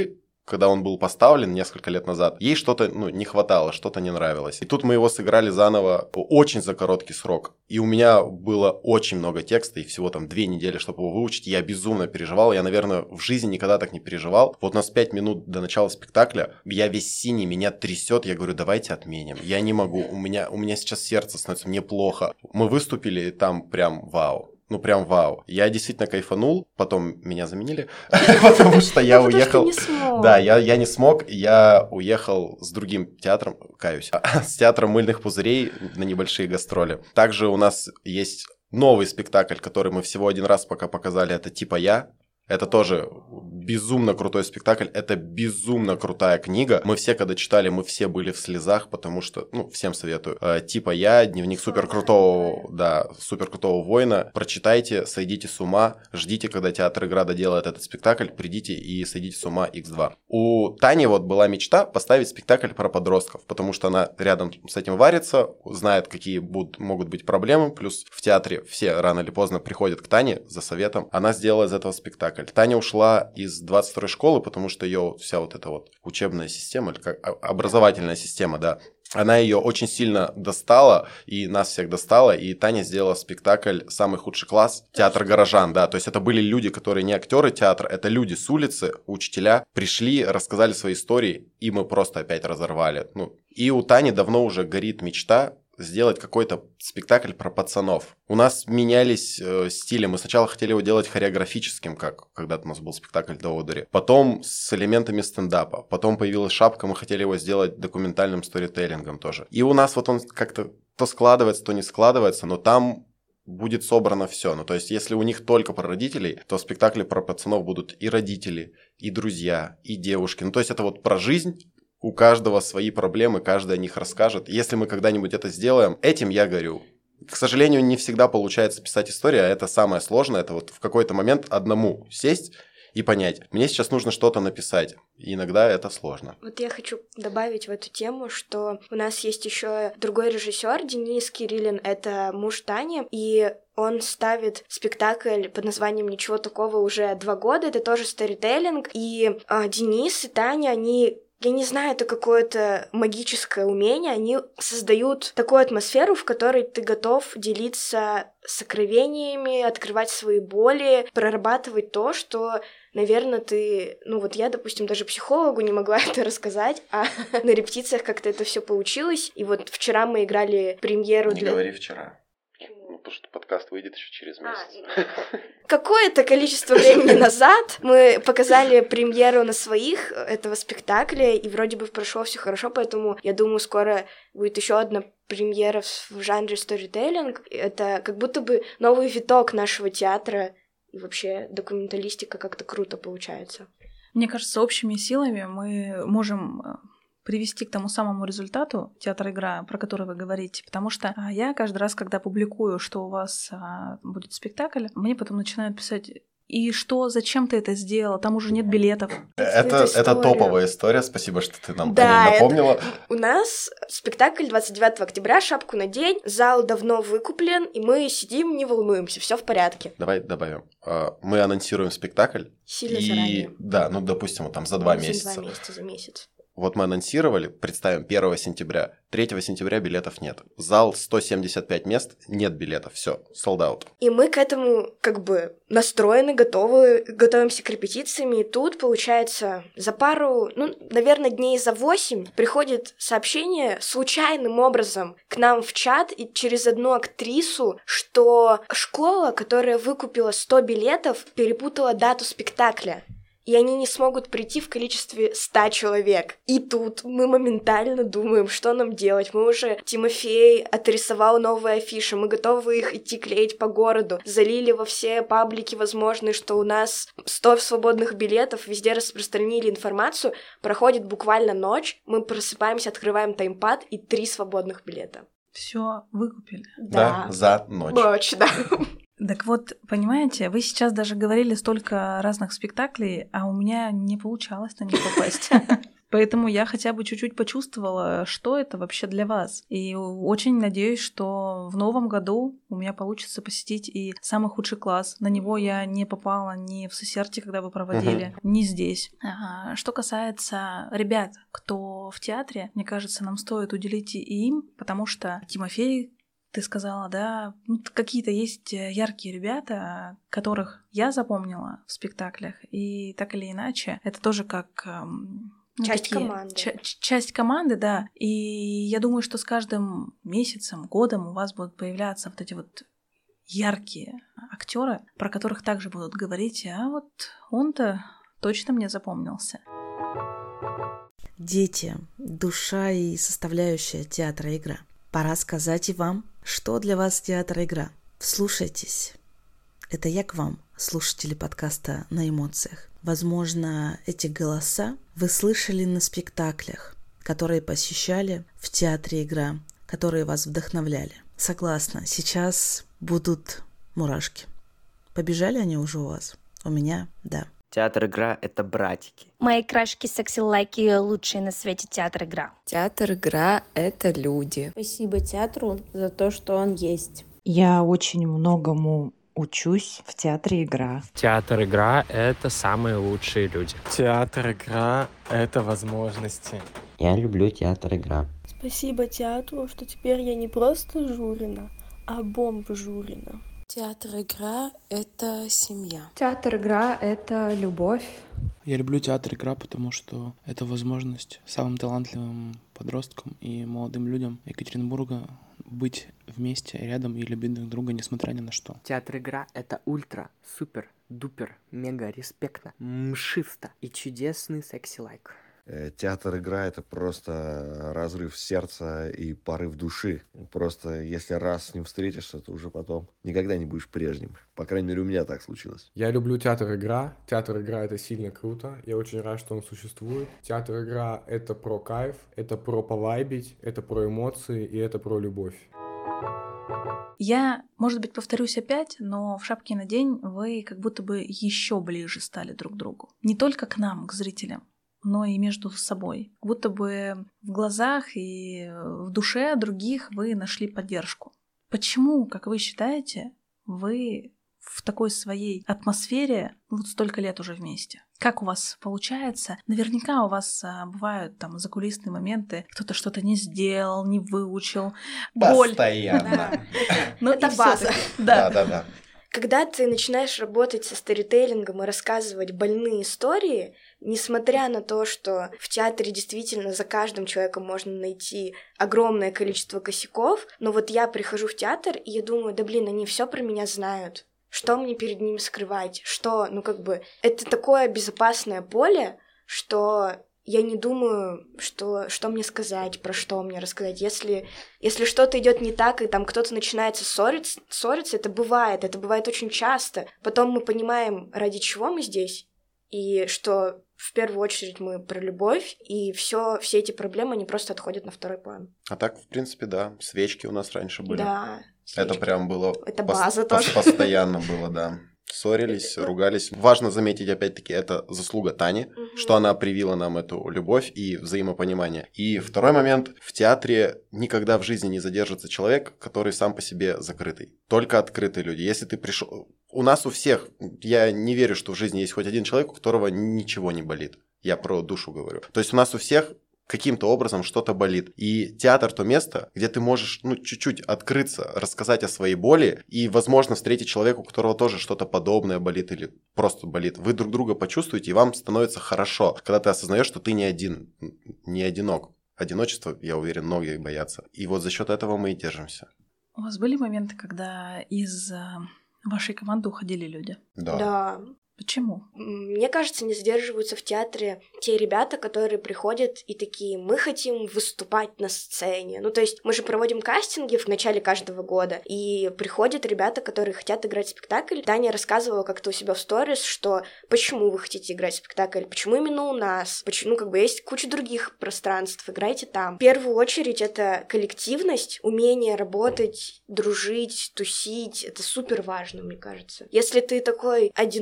когда он был поставлен несколько лет назад, ей что-то ну, не хватало, что-то не нравилось. И тут мы его сыграли заново очень за короткий срок. И у меня было очень много текста, и всего там две недели, чтобы его выучить. Я безумно переживал. Я, наверное, в жизни никогда так не переживал. Вот у нас пять минут до начала спектакля, я весь синий, меня трясет. Я говорю, давайте отменим. Я не могу, у меня, у меня сейчас сердце становится, мне плохо. Мы выступили, и там прям вау. Ну, прям вау. Я действительно кайфанул, потом меня заменили, потому что я уехал... Да, я, я не смог, я уехал с другим театром, каюсь, с театром мыльных пузырей на небольшие гастроли. Также у нас есть новый спектакль, который мы всего один раз пока показали, это «Типа я». Это тоже безумно крутой спектакль, это безумно крутая книга. Мы все, когда читали, мы все были в слезах, потому что, ну, всем советую. Э, типа я, дневник суперкрутого, да, суперкрутого воина. Прочитайте, сойдите с ума, ждите, когда театр Игра доделает этот спектакль, придите и сойдите с ума икс два. У Тани вот была мечта поставить спектакль про подростков, потому что она рядом с этим варится, знает, какие будут, могут быть проблемы, плюс в театре все рано или поздно приходят к Тане за советом. Она сделала из этого спектакль. Таня ушла из двадцать второй школы, потому что ее вся вот эта вот учебная система, или как образовательная система, да, она ее очень сильно достала, и нас всех достала, и Таня сделала спектакль «Самый худший класс», театр горожан, да, то есть это были люди, которые не актеры театра, это люди с улицы, учителя, пришли, рассказали свои истории, и мы просто опять разорвали. Ну, и у Тани давно уже горит мечта сделать какой-то спектакль про пацанов. У нас менялись э, стили. Мы сначала хотели его делать хореографическим, как когда-то у нас был спектакль «До одури». Потом с элементами стендапа. Потом появилась шапка, мы хотели его сделать документальным сторителлингом тоже. И у нас вот он как-то то складывается, то не складывается, но там будет собрано все. Ну, то есть, если у них только про родителей, то в спектакле про пацанов будут и родители, и друзья, и девушки. Ну, то есть, это вот про жизнь. У каждого свои проблемы, каждый о них расскажет. Если мы когда-нибудь это сделаем, этим я горю. К сожалению, не всегда получается писать историю, а это самое сложное. Это вот в какой-то момент одному сесть и понять, мне сейчас нужно что-то написать. И иногда это сложно. Вот я хочу добавить в эту тему, что у нас есть еще другой режиссер, Денис Кириллин, это муж Тани, и он ставит спектакль под названием «Ничего такого» уже два года, это тоже сторителлинг, и а, Денис и Таня, они... Я не знаю, это какое-то магическое умение. Они создают такую атмосферу, в которой ты готов делиться сокровениями, открывать свои боли, прорабатывать то, что, наверное, ты... Ну вот я, допустим, даже психологу не могла это рассказать, а на репетициях как-то это все получилось. И вот вчера мы играли премьеру не для... Не говори вчера. Потому что подкаст выйдет еще через месяц. А, какое-то количество времени назад мы показали премьеру на своих этого спектакля, и вроде бы прошло все хорошо, поэтому я думаю, скоро будет еще одна премьера в жанре сторителлинг. Это как будто бы новый виток нашего театра, и вообще документалистика как-то круто получается. Мне кажется, общими силами мы можем привести к тому самому результату театра «Игра», про который вы говорите, потому что я каждый раз, когда публикую, что у вас а, будет спектакль, мне потом начинают писать: и что, зачем ты это сделала? Там уже нет билетов. Это, это топовая история, спасибо, что ты нам да, о ней напомнила. Это... У нас спектакль двадцать девятого октября, шапку надень, зал давно выкуплен, и мы сидим, не волнуемся, все в порядке. Давай добавим. Мы анонсируем спектакль. Сильно и... заранее. Да, ну, допустим, там за два за месяца. За два месяца, за месяц. Вот мы анонсировали, представим, первого сентября. третьего сентября билетов нет. Зал сто семьдесят пять мест, нет билетов, все, sold out. И мы к этому как бы настроены, готовы, готовимся к репетициям, и тут, получается, за пару, ну, наверное, дней за восемь приходит сообщение случайным образом к нам в чат и через одну актрису, что школа, которая выкупила сто билетов, перепутала дату спектакля. И они не смогут прийти в количестве ста человек. И тут мы моментально думаем, что нам делать. Мы уже... Тимофей отрисовал новые афиши, мы готовы их идти клеить по городу. Залили во все паблики возможные, что у нас сто свободных билетов, везде распространили информацию. Проходит буквально ночь, мы просыпаемся, открываем таймпад, и три свободных билета. Все выкупили. Да, да, за ночь. Ночь, да. Так вот, понимаете, вы сейчас даже говорили столько разных спектаклей, а у меня не получалось на них попасть. Поэтому я хотя бы чуть-чуть почувствовала, что это вообще для вас. И очень надеюсь, что в новом году у меня получится посетить и самый худший класс. На него я не попала ни в Сесерте, когда вы проводили, uh-huh. ни здесь. А, что касается ребят, кто в театре, мне кажется, нам стоит уделить и им, потому что Тимофей, ты сказала, да, ну, какие-то есть яркие ребята, которых я запомнила в спектаклях, и так или иначе, это тоже как... Ну, часть такие, команды. Ч- часть команды, да. И я думаю, что с каждым месяцем, годом у вас будут появляться вот эти вот яркие актеры, про которых также будут говорить, а вот он-то точно мне запомнился. Дети, душа и составляющая театра игра. Пора сказать и вам, что для вас театр игра. Вслушайтесь. Это я к вам, слушатели подкаста «На эмоциях». Возможно, эти голоса вы слышали на спектаклях, которые посещали в театре игра, которые вас вдохновляли. Согласна, сейчас будут мурашки. Побежали они уже у вас? У меня – да. Театр игра – это братики. Мои крашки, секси-лайки, лучшие на свете театр игра. Театр игра – это люди. Спасибо театру за то, что он есть. Я очень многому учусь в театре игра. Театр игра – это самые лучшие люди. Театр игра – это возможности. Я люблю театр игра. Спасибо театру, что теперь я не просто Журина, а бомба Журина. Театр игра – это семья. Театр игра – это любовь. Я люблю театр игра, потому что это возможность самым талантливым подросткам и молодым людям Екатеринбурга быть вместе, рядом и любить друг друга, несмотря ни на что. Театр игра — это ультра, супер, дупер, мега, респектно, мшисто и чудесный секси-лайк. Театр игра — это просто разрыв сердца и порыв души. Просто если раз с ним встретишься, то уже потом никогда не будешь прежним. По крайней мере, у меня так случилось. Я люблю театр игра. Театр игра — это сильно круто. Я очень рад, что он существует. Театр игра — это про кайф, это про повайбить, это про эмоции и это про любовь. Я, может быть, повторюсь опять, но в «Шапке на день» вы как будто бы еще ближе стали друг к другу. Не только к нам, к зрителям, но и между собой. Как будто бы в глазах и в душе других вы нашли поддержку. Почему, как вы считаете, вы в такой своей атмосфере вот столько лет уже вместе? Как у вас получается? Наверняка у вас а, бывают там закулисные моменты, кто-то что-то не сделал, не выучил. Постоянно. Но это база. Да, да, да. Когда ты начинаешь работать со сторителлингом и рассказывать больные истории, несмотря на то, что в театре действительно за каждым человеком можно найти огромное количество косяков, но вот я прихожу в театр, и я думаю, да блин, они все про меня знают. Что мне перед ними скрывать? Что, ну как бы, это такое безопасное поле, что я не думаю, что, что мне сказать, про что мне рассказать. Если, если что-то идет не так, и там кто-то начинается ссориться, ссориться, это бывает, это бывает очень часто. Потом мы понимаем, ради чего мы здесь, и что в первую очередь мы про любовь, и все, все эти проблемы, они просто отходят на второй план. А так, в принципе, да, свечки у нас раньше были. Да. Это прям было... Это база пос- тоже. Постоянно было, да. Ссорились, ругались. Важно заметить, опять-таки, это заслуга Тани, угу. что она привила нам эту любовь и взаимопонимание. И второй момент. В театре никогда в жизни не задержится человек, который сам по себе закрытый. Только открытые люди. Если ты пришел... У нас у всех, я не верю, что в жизни есть хоть один человек, у которого ничего не болит. Я про душу говорю. То есть у нас у всех... каким-то образом что-то болит. И театр — то место, где ты можешь, ну, чуть-чуть открыться, рассказать о своей боли и, возможно, встретить человека, у которого тоже что-то подобное болит или просто болит. Вы друг друга почувствуете, и вам становится хорошо, когда ты осознаешь, что ты не один, не одинок. Одиночество, я уверен, многие боятся. И вот за счет этого мы и держимся. У вас были моменты, когда из вашей команды уходили люди? Да. Да. Почему? Мне кажется, не задерживаются в театре те ребята, которые приходят и такие: мы хотим выступать на сцене. Ну, то есть мы же проводим кастинги в начале каждого года, и приходят ребята, которые хотят играть в спектакль. Таня рассказывала как-то у себя в сторис, что почему вы хотите играть в спектакль, почему именно у нас, почему, как бы, есть куча других пространств, играйте там. В первую очередь это коллективность, умение работать, дружить, тусить. Это супер важно, мне кажется. Если ты такой одинокий,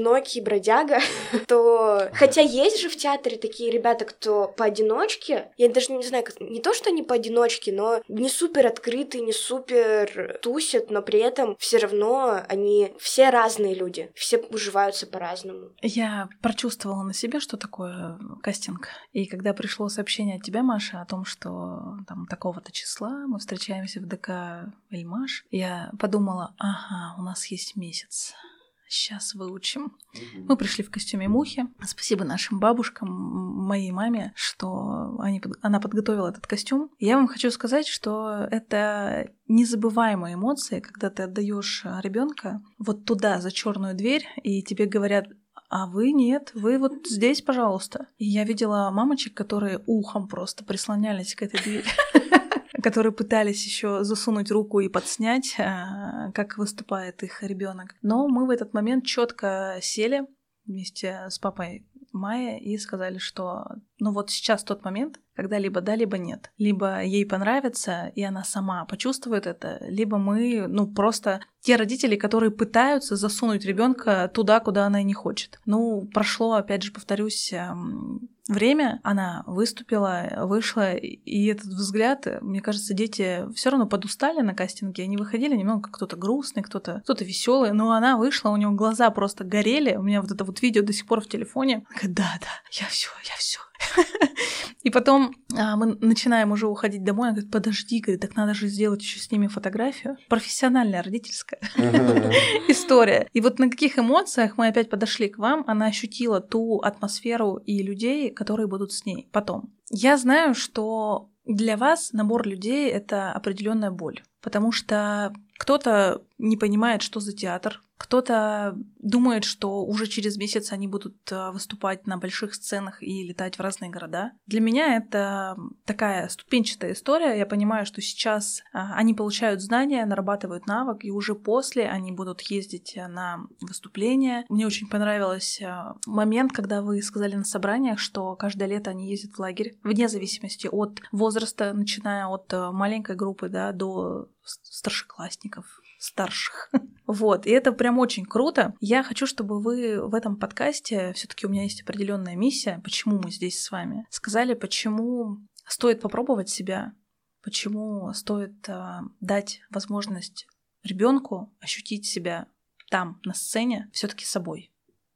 бродяга, то... Хотя есть же в театре такие ребята, кто поодиночке, я даже не знаю, не то, что они поодиночке, но не супер открытые, не супер тусят, но при этом все равно они все разные люди, все уживаются по-разному. Я прочувствовала на себе, что такое кастинг. И когда пришло сообщение от тебя, Маша, о том, что там такого-то числа мы встречаемся в ДК Эльмаш, я подумала, ага, у нас есть месяц. Сейчас выучим. Mm-hmm. Мы пришли в костюме мухи. Спасибо нашим бабушкам, моей маме, что они, она подготовила этот костюм. Я вам хочу сказать, что это незабываемые эмоции, когда ты отдаешь ребенка вот туда, за черную дверь, и тебе говорят: а вы нет, вы вот здесь, пожалуйста. И я видела мамочек, которые ухом просто прислонялись к этой двери, которые пытались еще засунуть руку и подснять, как выступает их ребенок. Но мы в этот момент четко сели вместе с папой Майя и сказали, что ну вот сейчас тот момент, когда либо да, либо нет. Либо ей понравится, и она сама почувствует это, либо мы, ну, просто те родители, которые пытаются засунуть ребенка туда, куда она и не хочет. Ну, прошло, опять же, повторюсь, время, она выступила, вышла, и этот взгляд, мне кажется, дети все равно подустали на кастинге, они выходили немного, кто-то грустный, кто-то, кто-то веселый, но она вышла, у него глаза просто горели, у меня вот это вот видео до сих пор в телефоне. Да, да, я все, я все. И потом а, мы начинаем уже уходить домой, она говорит: подожди, говорит, так надо же сделать еще с ними фотографию. Профессиональная родительская история. И вот на каких эмоциях мы опять подошли к вам, она ощутила ту атмосферу и людей, которые будут с ней потом. Я знаю, что для вас набор людей — это определенная боль, потому что кто-то не понимает, что за театр, кто-то думает, что уже через месяц они будут выступать на больших сценах и летать в разные города. Для меня это такая ступенчатая история. Я понимаю, что сейчас они получают знания, нарабатывают навык, и уже после они будут ездить на выступления. Мне очень понравился момент, когда вы сказали на собраниях, что каждое лето они ездят в лагерь, вне зависимости от возраста, начиная от маленькой группы, да, до старшеклассников, старших. Вот, и это прям очень круто. Я хочу, чтобы вы в этом подкасте, все-таки у меня есть определенная миссия, почему мы здесь с вами, сказали, почему стоит попробовать себя, почему стоит а, дать возможность ребенку ощутить себя там, на сцене, все-таки собой.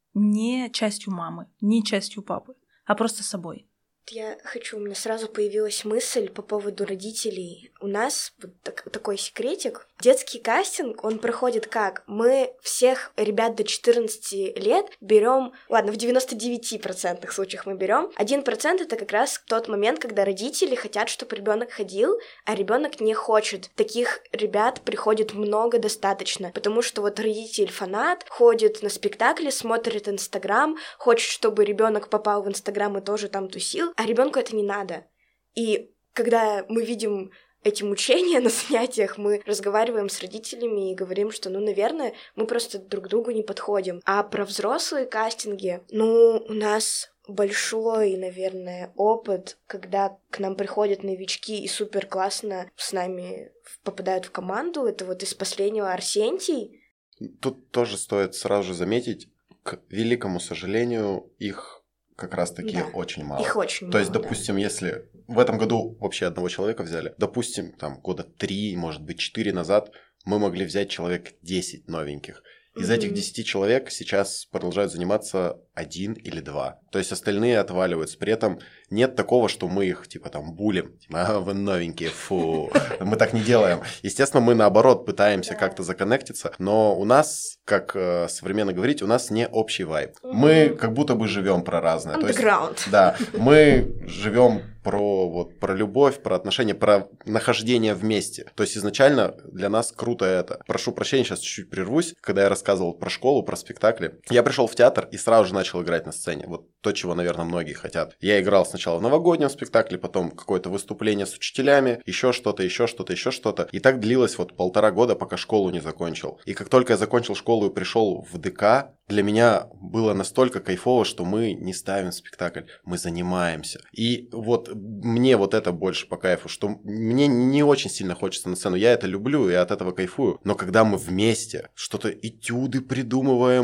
Не частью мамы, не частью папы, а просто собой. Я хочу, у меня сразу появилась мысль по поводу родителей. У нас вот так, такой секретик. Детский кастинг, он проходит как? Мы всех ребят до четырнадцати лет берем, ладно, в девяноста девяти процентах случаях мы берем. один процент это как раз тот момент, когда родители хотят, чтобы ребенок ходил, а ребенок не хочет. Таких ребят приходит много достаточно, потому что вот родитель фанат, ходит на спектакли, смотрит Инстаграм, хочет, чтобы ребенок попал в Инстаграм и тоже там тусил, а ребенку это не надо. И когда мы видим эти мучения на занятиях, мы разговариваем с родителями и говорим, что, ну, наверное, мы просто друг другу не подходим. А про взрослые кастинги, ну, у нас большой, наверное, опыт, когда к нам приходят новички и супер классно с нами попадают в команду. Это вот из последнего Арсентий. Тут тоже стоит сразу же заметить, к великому сожалению, их как раз-таки да, очень мало. Их очень То мало, есть, допустим, да. Если в этом году вообще одного человека взяли, допустим, там года три, может быть, четыре назад мы могли взять человек десять новеньких. Из mm-hmm. этих десяти человек сейчас продолжают заниматься один или два. То есть остальные отваливаются. При этом нет такого, что мы их типа там булим. Типа, а, вы новенькие, фу. Мы так не делаем. Естественно, мы наоборот пытаемся как-то законнектиться. Но у нас, как э, современно говорить, у нас не общий вайб. Mm-hmm. Мы как будто бы живем про разное. Underground. То есть, да, мы живем про, вот, про любовь, про отношения, про нахождение вместе. То есть изначально для нас круто это. Прошу прощения, сейчас чуть-чуть прервусь. Когда я рассказывал про школу, про спектакли, я пришел в театр и сразу же начал играть на сцене. Вот то, чего, наверное, многие хотят. Я играл сначала в новогоднем спектакле, потом какое-то выступление с учителями, еще что-то, еще что-то, еще что-то. И так длилось вот полтора года, пока школу не закончил. И как только я закончил школу и пришел в ДК, для меня было настолько кайфово, что мы не ставим спектакль, мы занимаемся. И вот мне вот это больше по кайфу, что мне не очень сильно хочется на сцену. Я это люблю и от этого кайфую. Но когда мы вместе что-то этюды придумываем,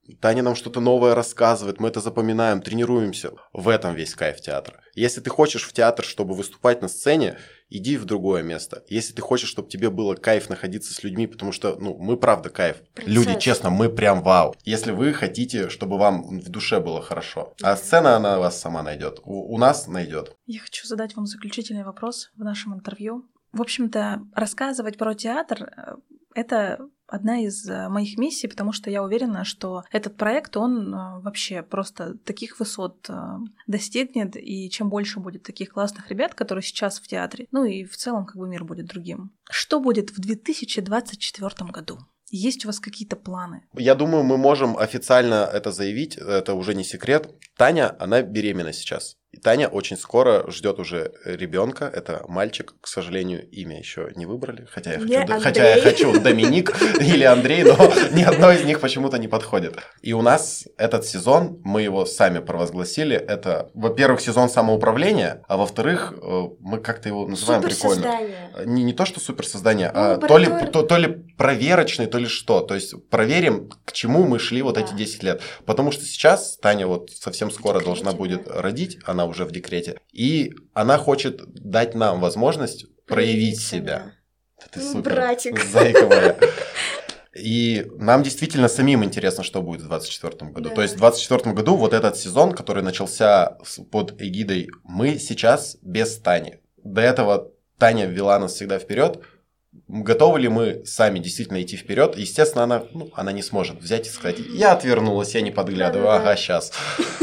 Таня нам что-то новое рассказывает, мы это запоминаем, тренируемся. В этом весь кайф театра. Если ты хочешь в театр, чтобы выступать на сцене, иди в другое место. Если ты хочешь, чтобы тебе было кайф находиться с людьми, потому что, ну, мы правда кайф. Принцесса. Люди, честно, мы прям вау. Если вы хотите, чтобы вам в душе было хорошо, а сцена, она вас сама найдет. У, у нас найдет. Я хочу задать вам заключительный вопрос в нашем интервью. В общем-то, рассказывать про театр — это одна из моих миссий, потому что я уверена, что этот проект, он вообще просто таких высот достигнет, и чем больше будет таких классных ребят, которые сейчас в театре, ну и в целом как бы мир будет другим. Что будет в две тысячи двадцать четвёртом году? Есть у вас какие-то планы? Я думаю, мы можем официально это заявить, это уже не секрет. Таня, она беременна сейчас. И Таня очень скоро ждет уже ребенка. Это мальчик, к сожалению, имя еще не выбрали. Хотя я хочу, д... хотя я хочу Доминик или Андрей, но ни одно из них почему-то не подходит. И у нас этот сезон, мы его сами провозгласили, это, во-первых, сезон самоуправления, а во-вторых, мы как-то его называем прикольно. Не, не то, что суперсоздание, ну, а то ли, то, то ли проверочный, то ли что. То есть проверим, к чему мы шли вот да. эти десять лет. Потому что сейчас Таня вот совсем скоро декрете, должна будет да. родить, она уже в декрете, и она хочет дать нам возможность проявить себя. Ты супер, братик. Зайка моя. И нам действительно самим интересно, что будет в двадцать четвёртом году. Да. То есть в двадцать четвёртом году вот этот сезон, который начался под эгидой «Мы сейчас без Тани». До этого Таня вела нас всегда вперед. Готовы ли мы сами действительно идти вперед? Естественно, она, ну, она не сможет взять и сказать: я отвернулась, я не подглядываю, да, да, ага, сейчас.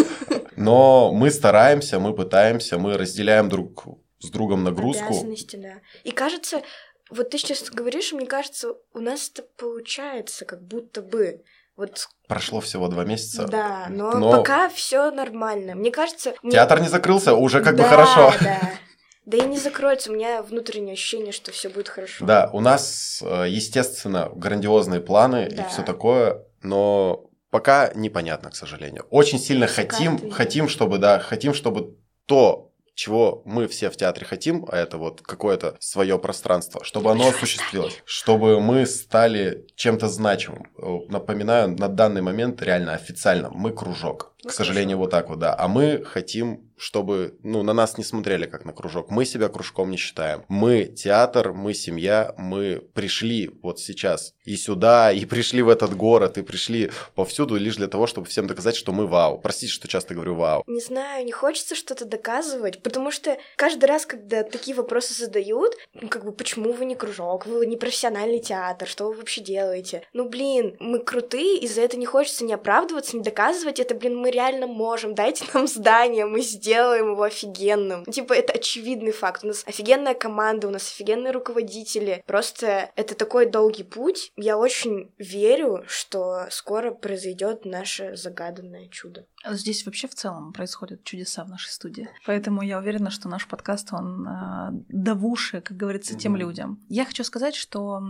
Но мы стараемся, мы пытаемся, мы разделяем друг с другом нагрузку. Обязанности, да. И кажется, вот ты сейчас говоришь, мне кажется, у нас это получается, как будто бы. Вот... Прошло всего два месяца. Да, но, но... пока все нормально. Мне кажется... Театр мне... не закрылся, уже как да, бы хорошо. Да, да и не закроется, у меня внутреннее ощущение, что все будет хорошо. Да, у нас, естественно, грандиозные планы да. и все такое, но... Пока непонятно, к сожалению. Очень сильно хотим, хотим, чтобы, да, хотим, чтобы то, чего мы все в театре хотим, а это вот какое-то свое пространство, чтобы оно осуществилось, чтобы мы стали чем-то значимым. Напоминаю, на данный момент реально официально мы кружок. К сожалению, вот так вот, да. А мы хотим, чтобы, ну, на нас не смотрели как на кружок. Мы себя кружком не считаем. Мы театр, мы семья, мы пришли вот сейчас и сюда, и пришли в этот город, и пришли повсюду лишь для того, чтобы всем доказать, что мы вау. Простите, что часто говорю вау. Не знаю, не хочется что-то доказывать, потому что каждый раз, когда такие вопросы задают, ну, как бы, почему вы не кружок, вы не профессиональный театр, что вы вообще делаете? Ну, блин, мы крутые, и за это не хочется не оправдываться, не доказывать, это, блин, мы реально можем, дайте нам здание, мы сделаем его офигенным. Типа, это очевидный факт. У нас офигенная команда, у нас офигенные руководители. Просто это такой долгий путь. Я очень верю, что скоро произойдет наше загаданное чудо. Здесь вообще в целом происходят чудеса в нашей студии. Поэтому я уверена, что наш подкаст, он э, до в уши, как говорится, тем людям. Я хочу сказать, что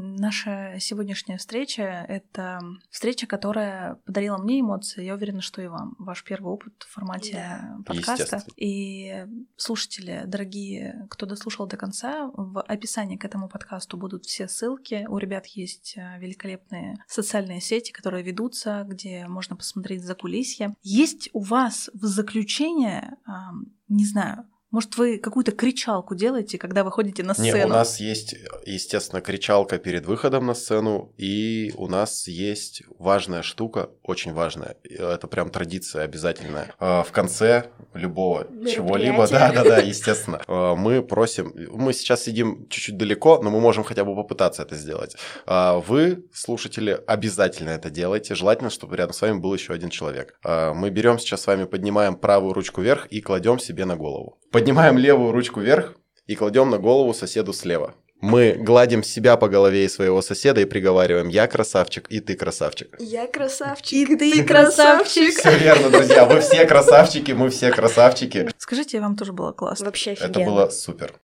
наша сегодняшняя встреча — это встреча, которая подарила мне эмоции. Я уверена, что и вам. Ваш первый опыт в формате да. подкаста. И слушатели, дорогие, кто дослушал до конца, в описании к этому подкасту будут все ссылки. У ребят есть великолепные социальные сети, которые ведутся, где можно посмотреть закулисье. Есть у вас в заключение, э, не знаю, может, вы какую-то кричалку делаете, когда вы ходите на сцену? Нет, у нас есть, естественно, кричалка перед выходом на сцену, и у нас есть важная штука, очень важная, это прям традиция обязательная. В конце любого чего-либо, да-да-да, естественно, мы просим, мы сейчас сидим чуть-чуть далеко, но мы можем хотя бы попытаться это сделать. Вы, слушатели, обязательно это делайте, желательно, чтобы рядом с вами был еще один человек. Мы берем сейчас с вами, поднимаем правую ручку вверх и кладем себе на голову. Поднимаем левую ручку вверх и кладем на голову соседу слева. Мы гладим себя по голове и своего соседа и приговариваем: я красавчик, и ты красавчик. Я красавчик, и ты красавчик. Все верно, друзья, вы все красавчики, мы все красавчики. Скажите, вам тоже было классно? Вообще офигенно. Это было супер.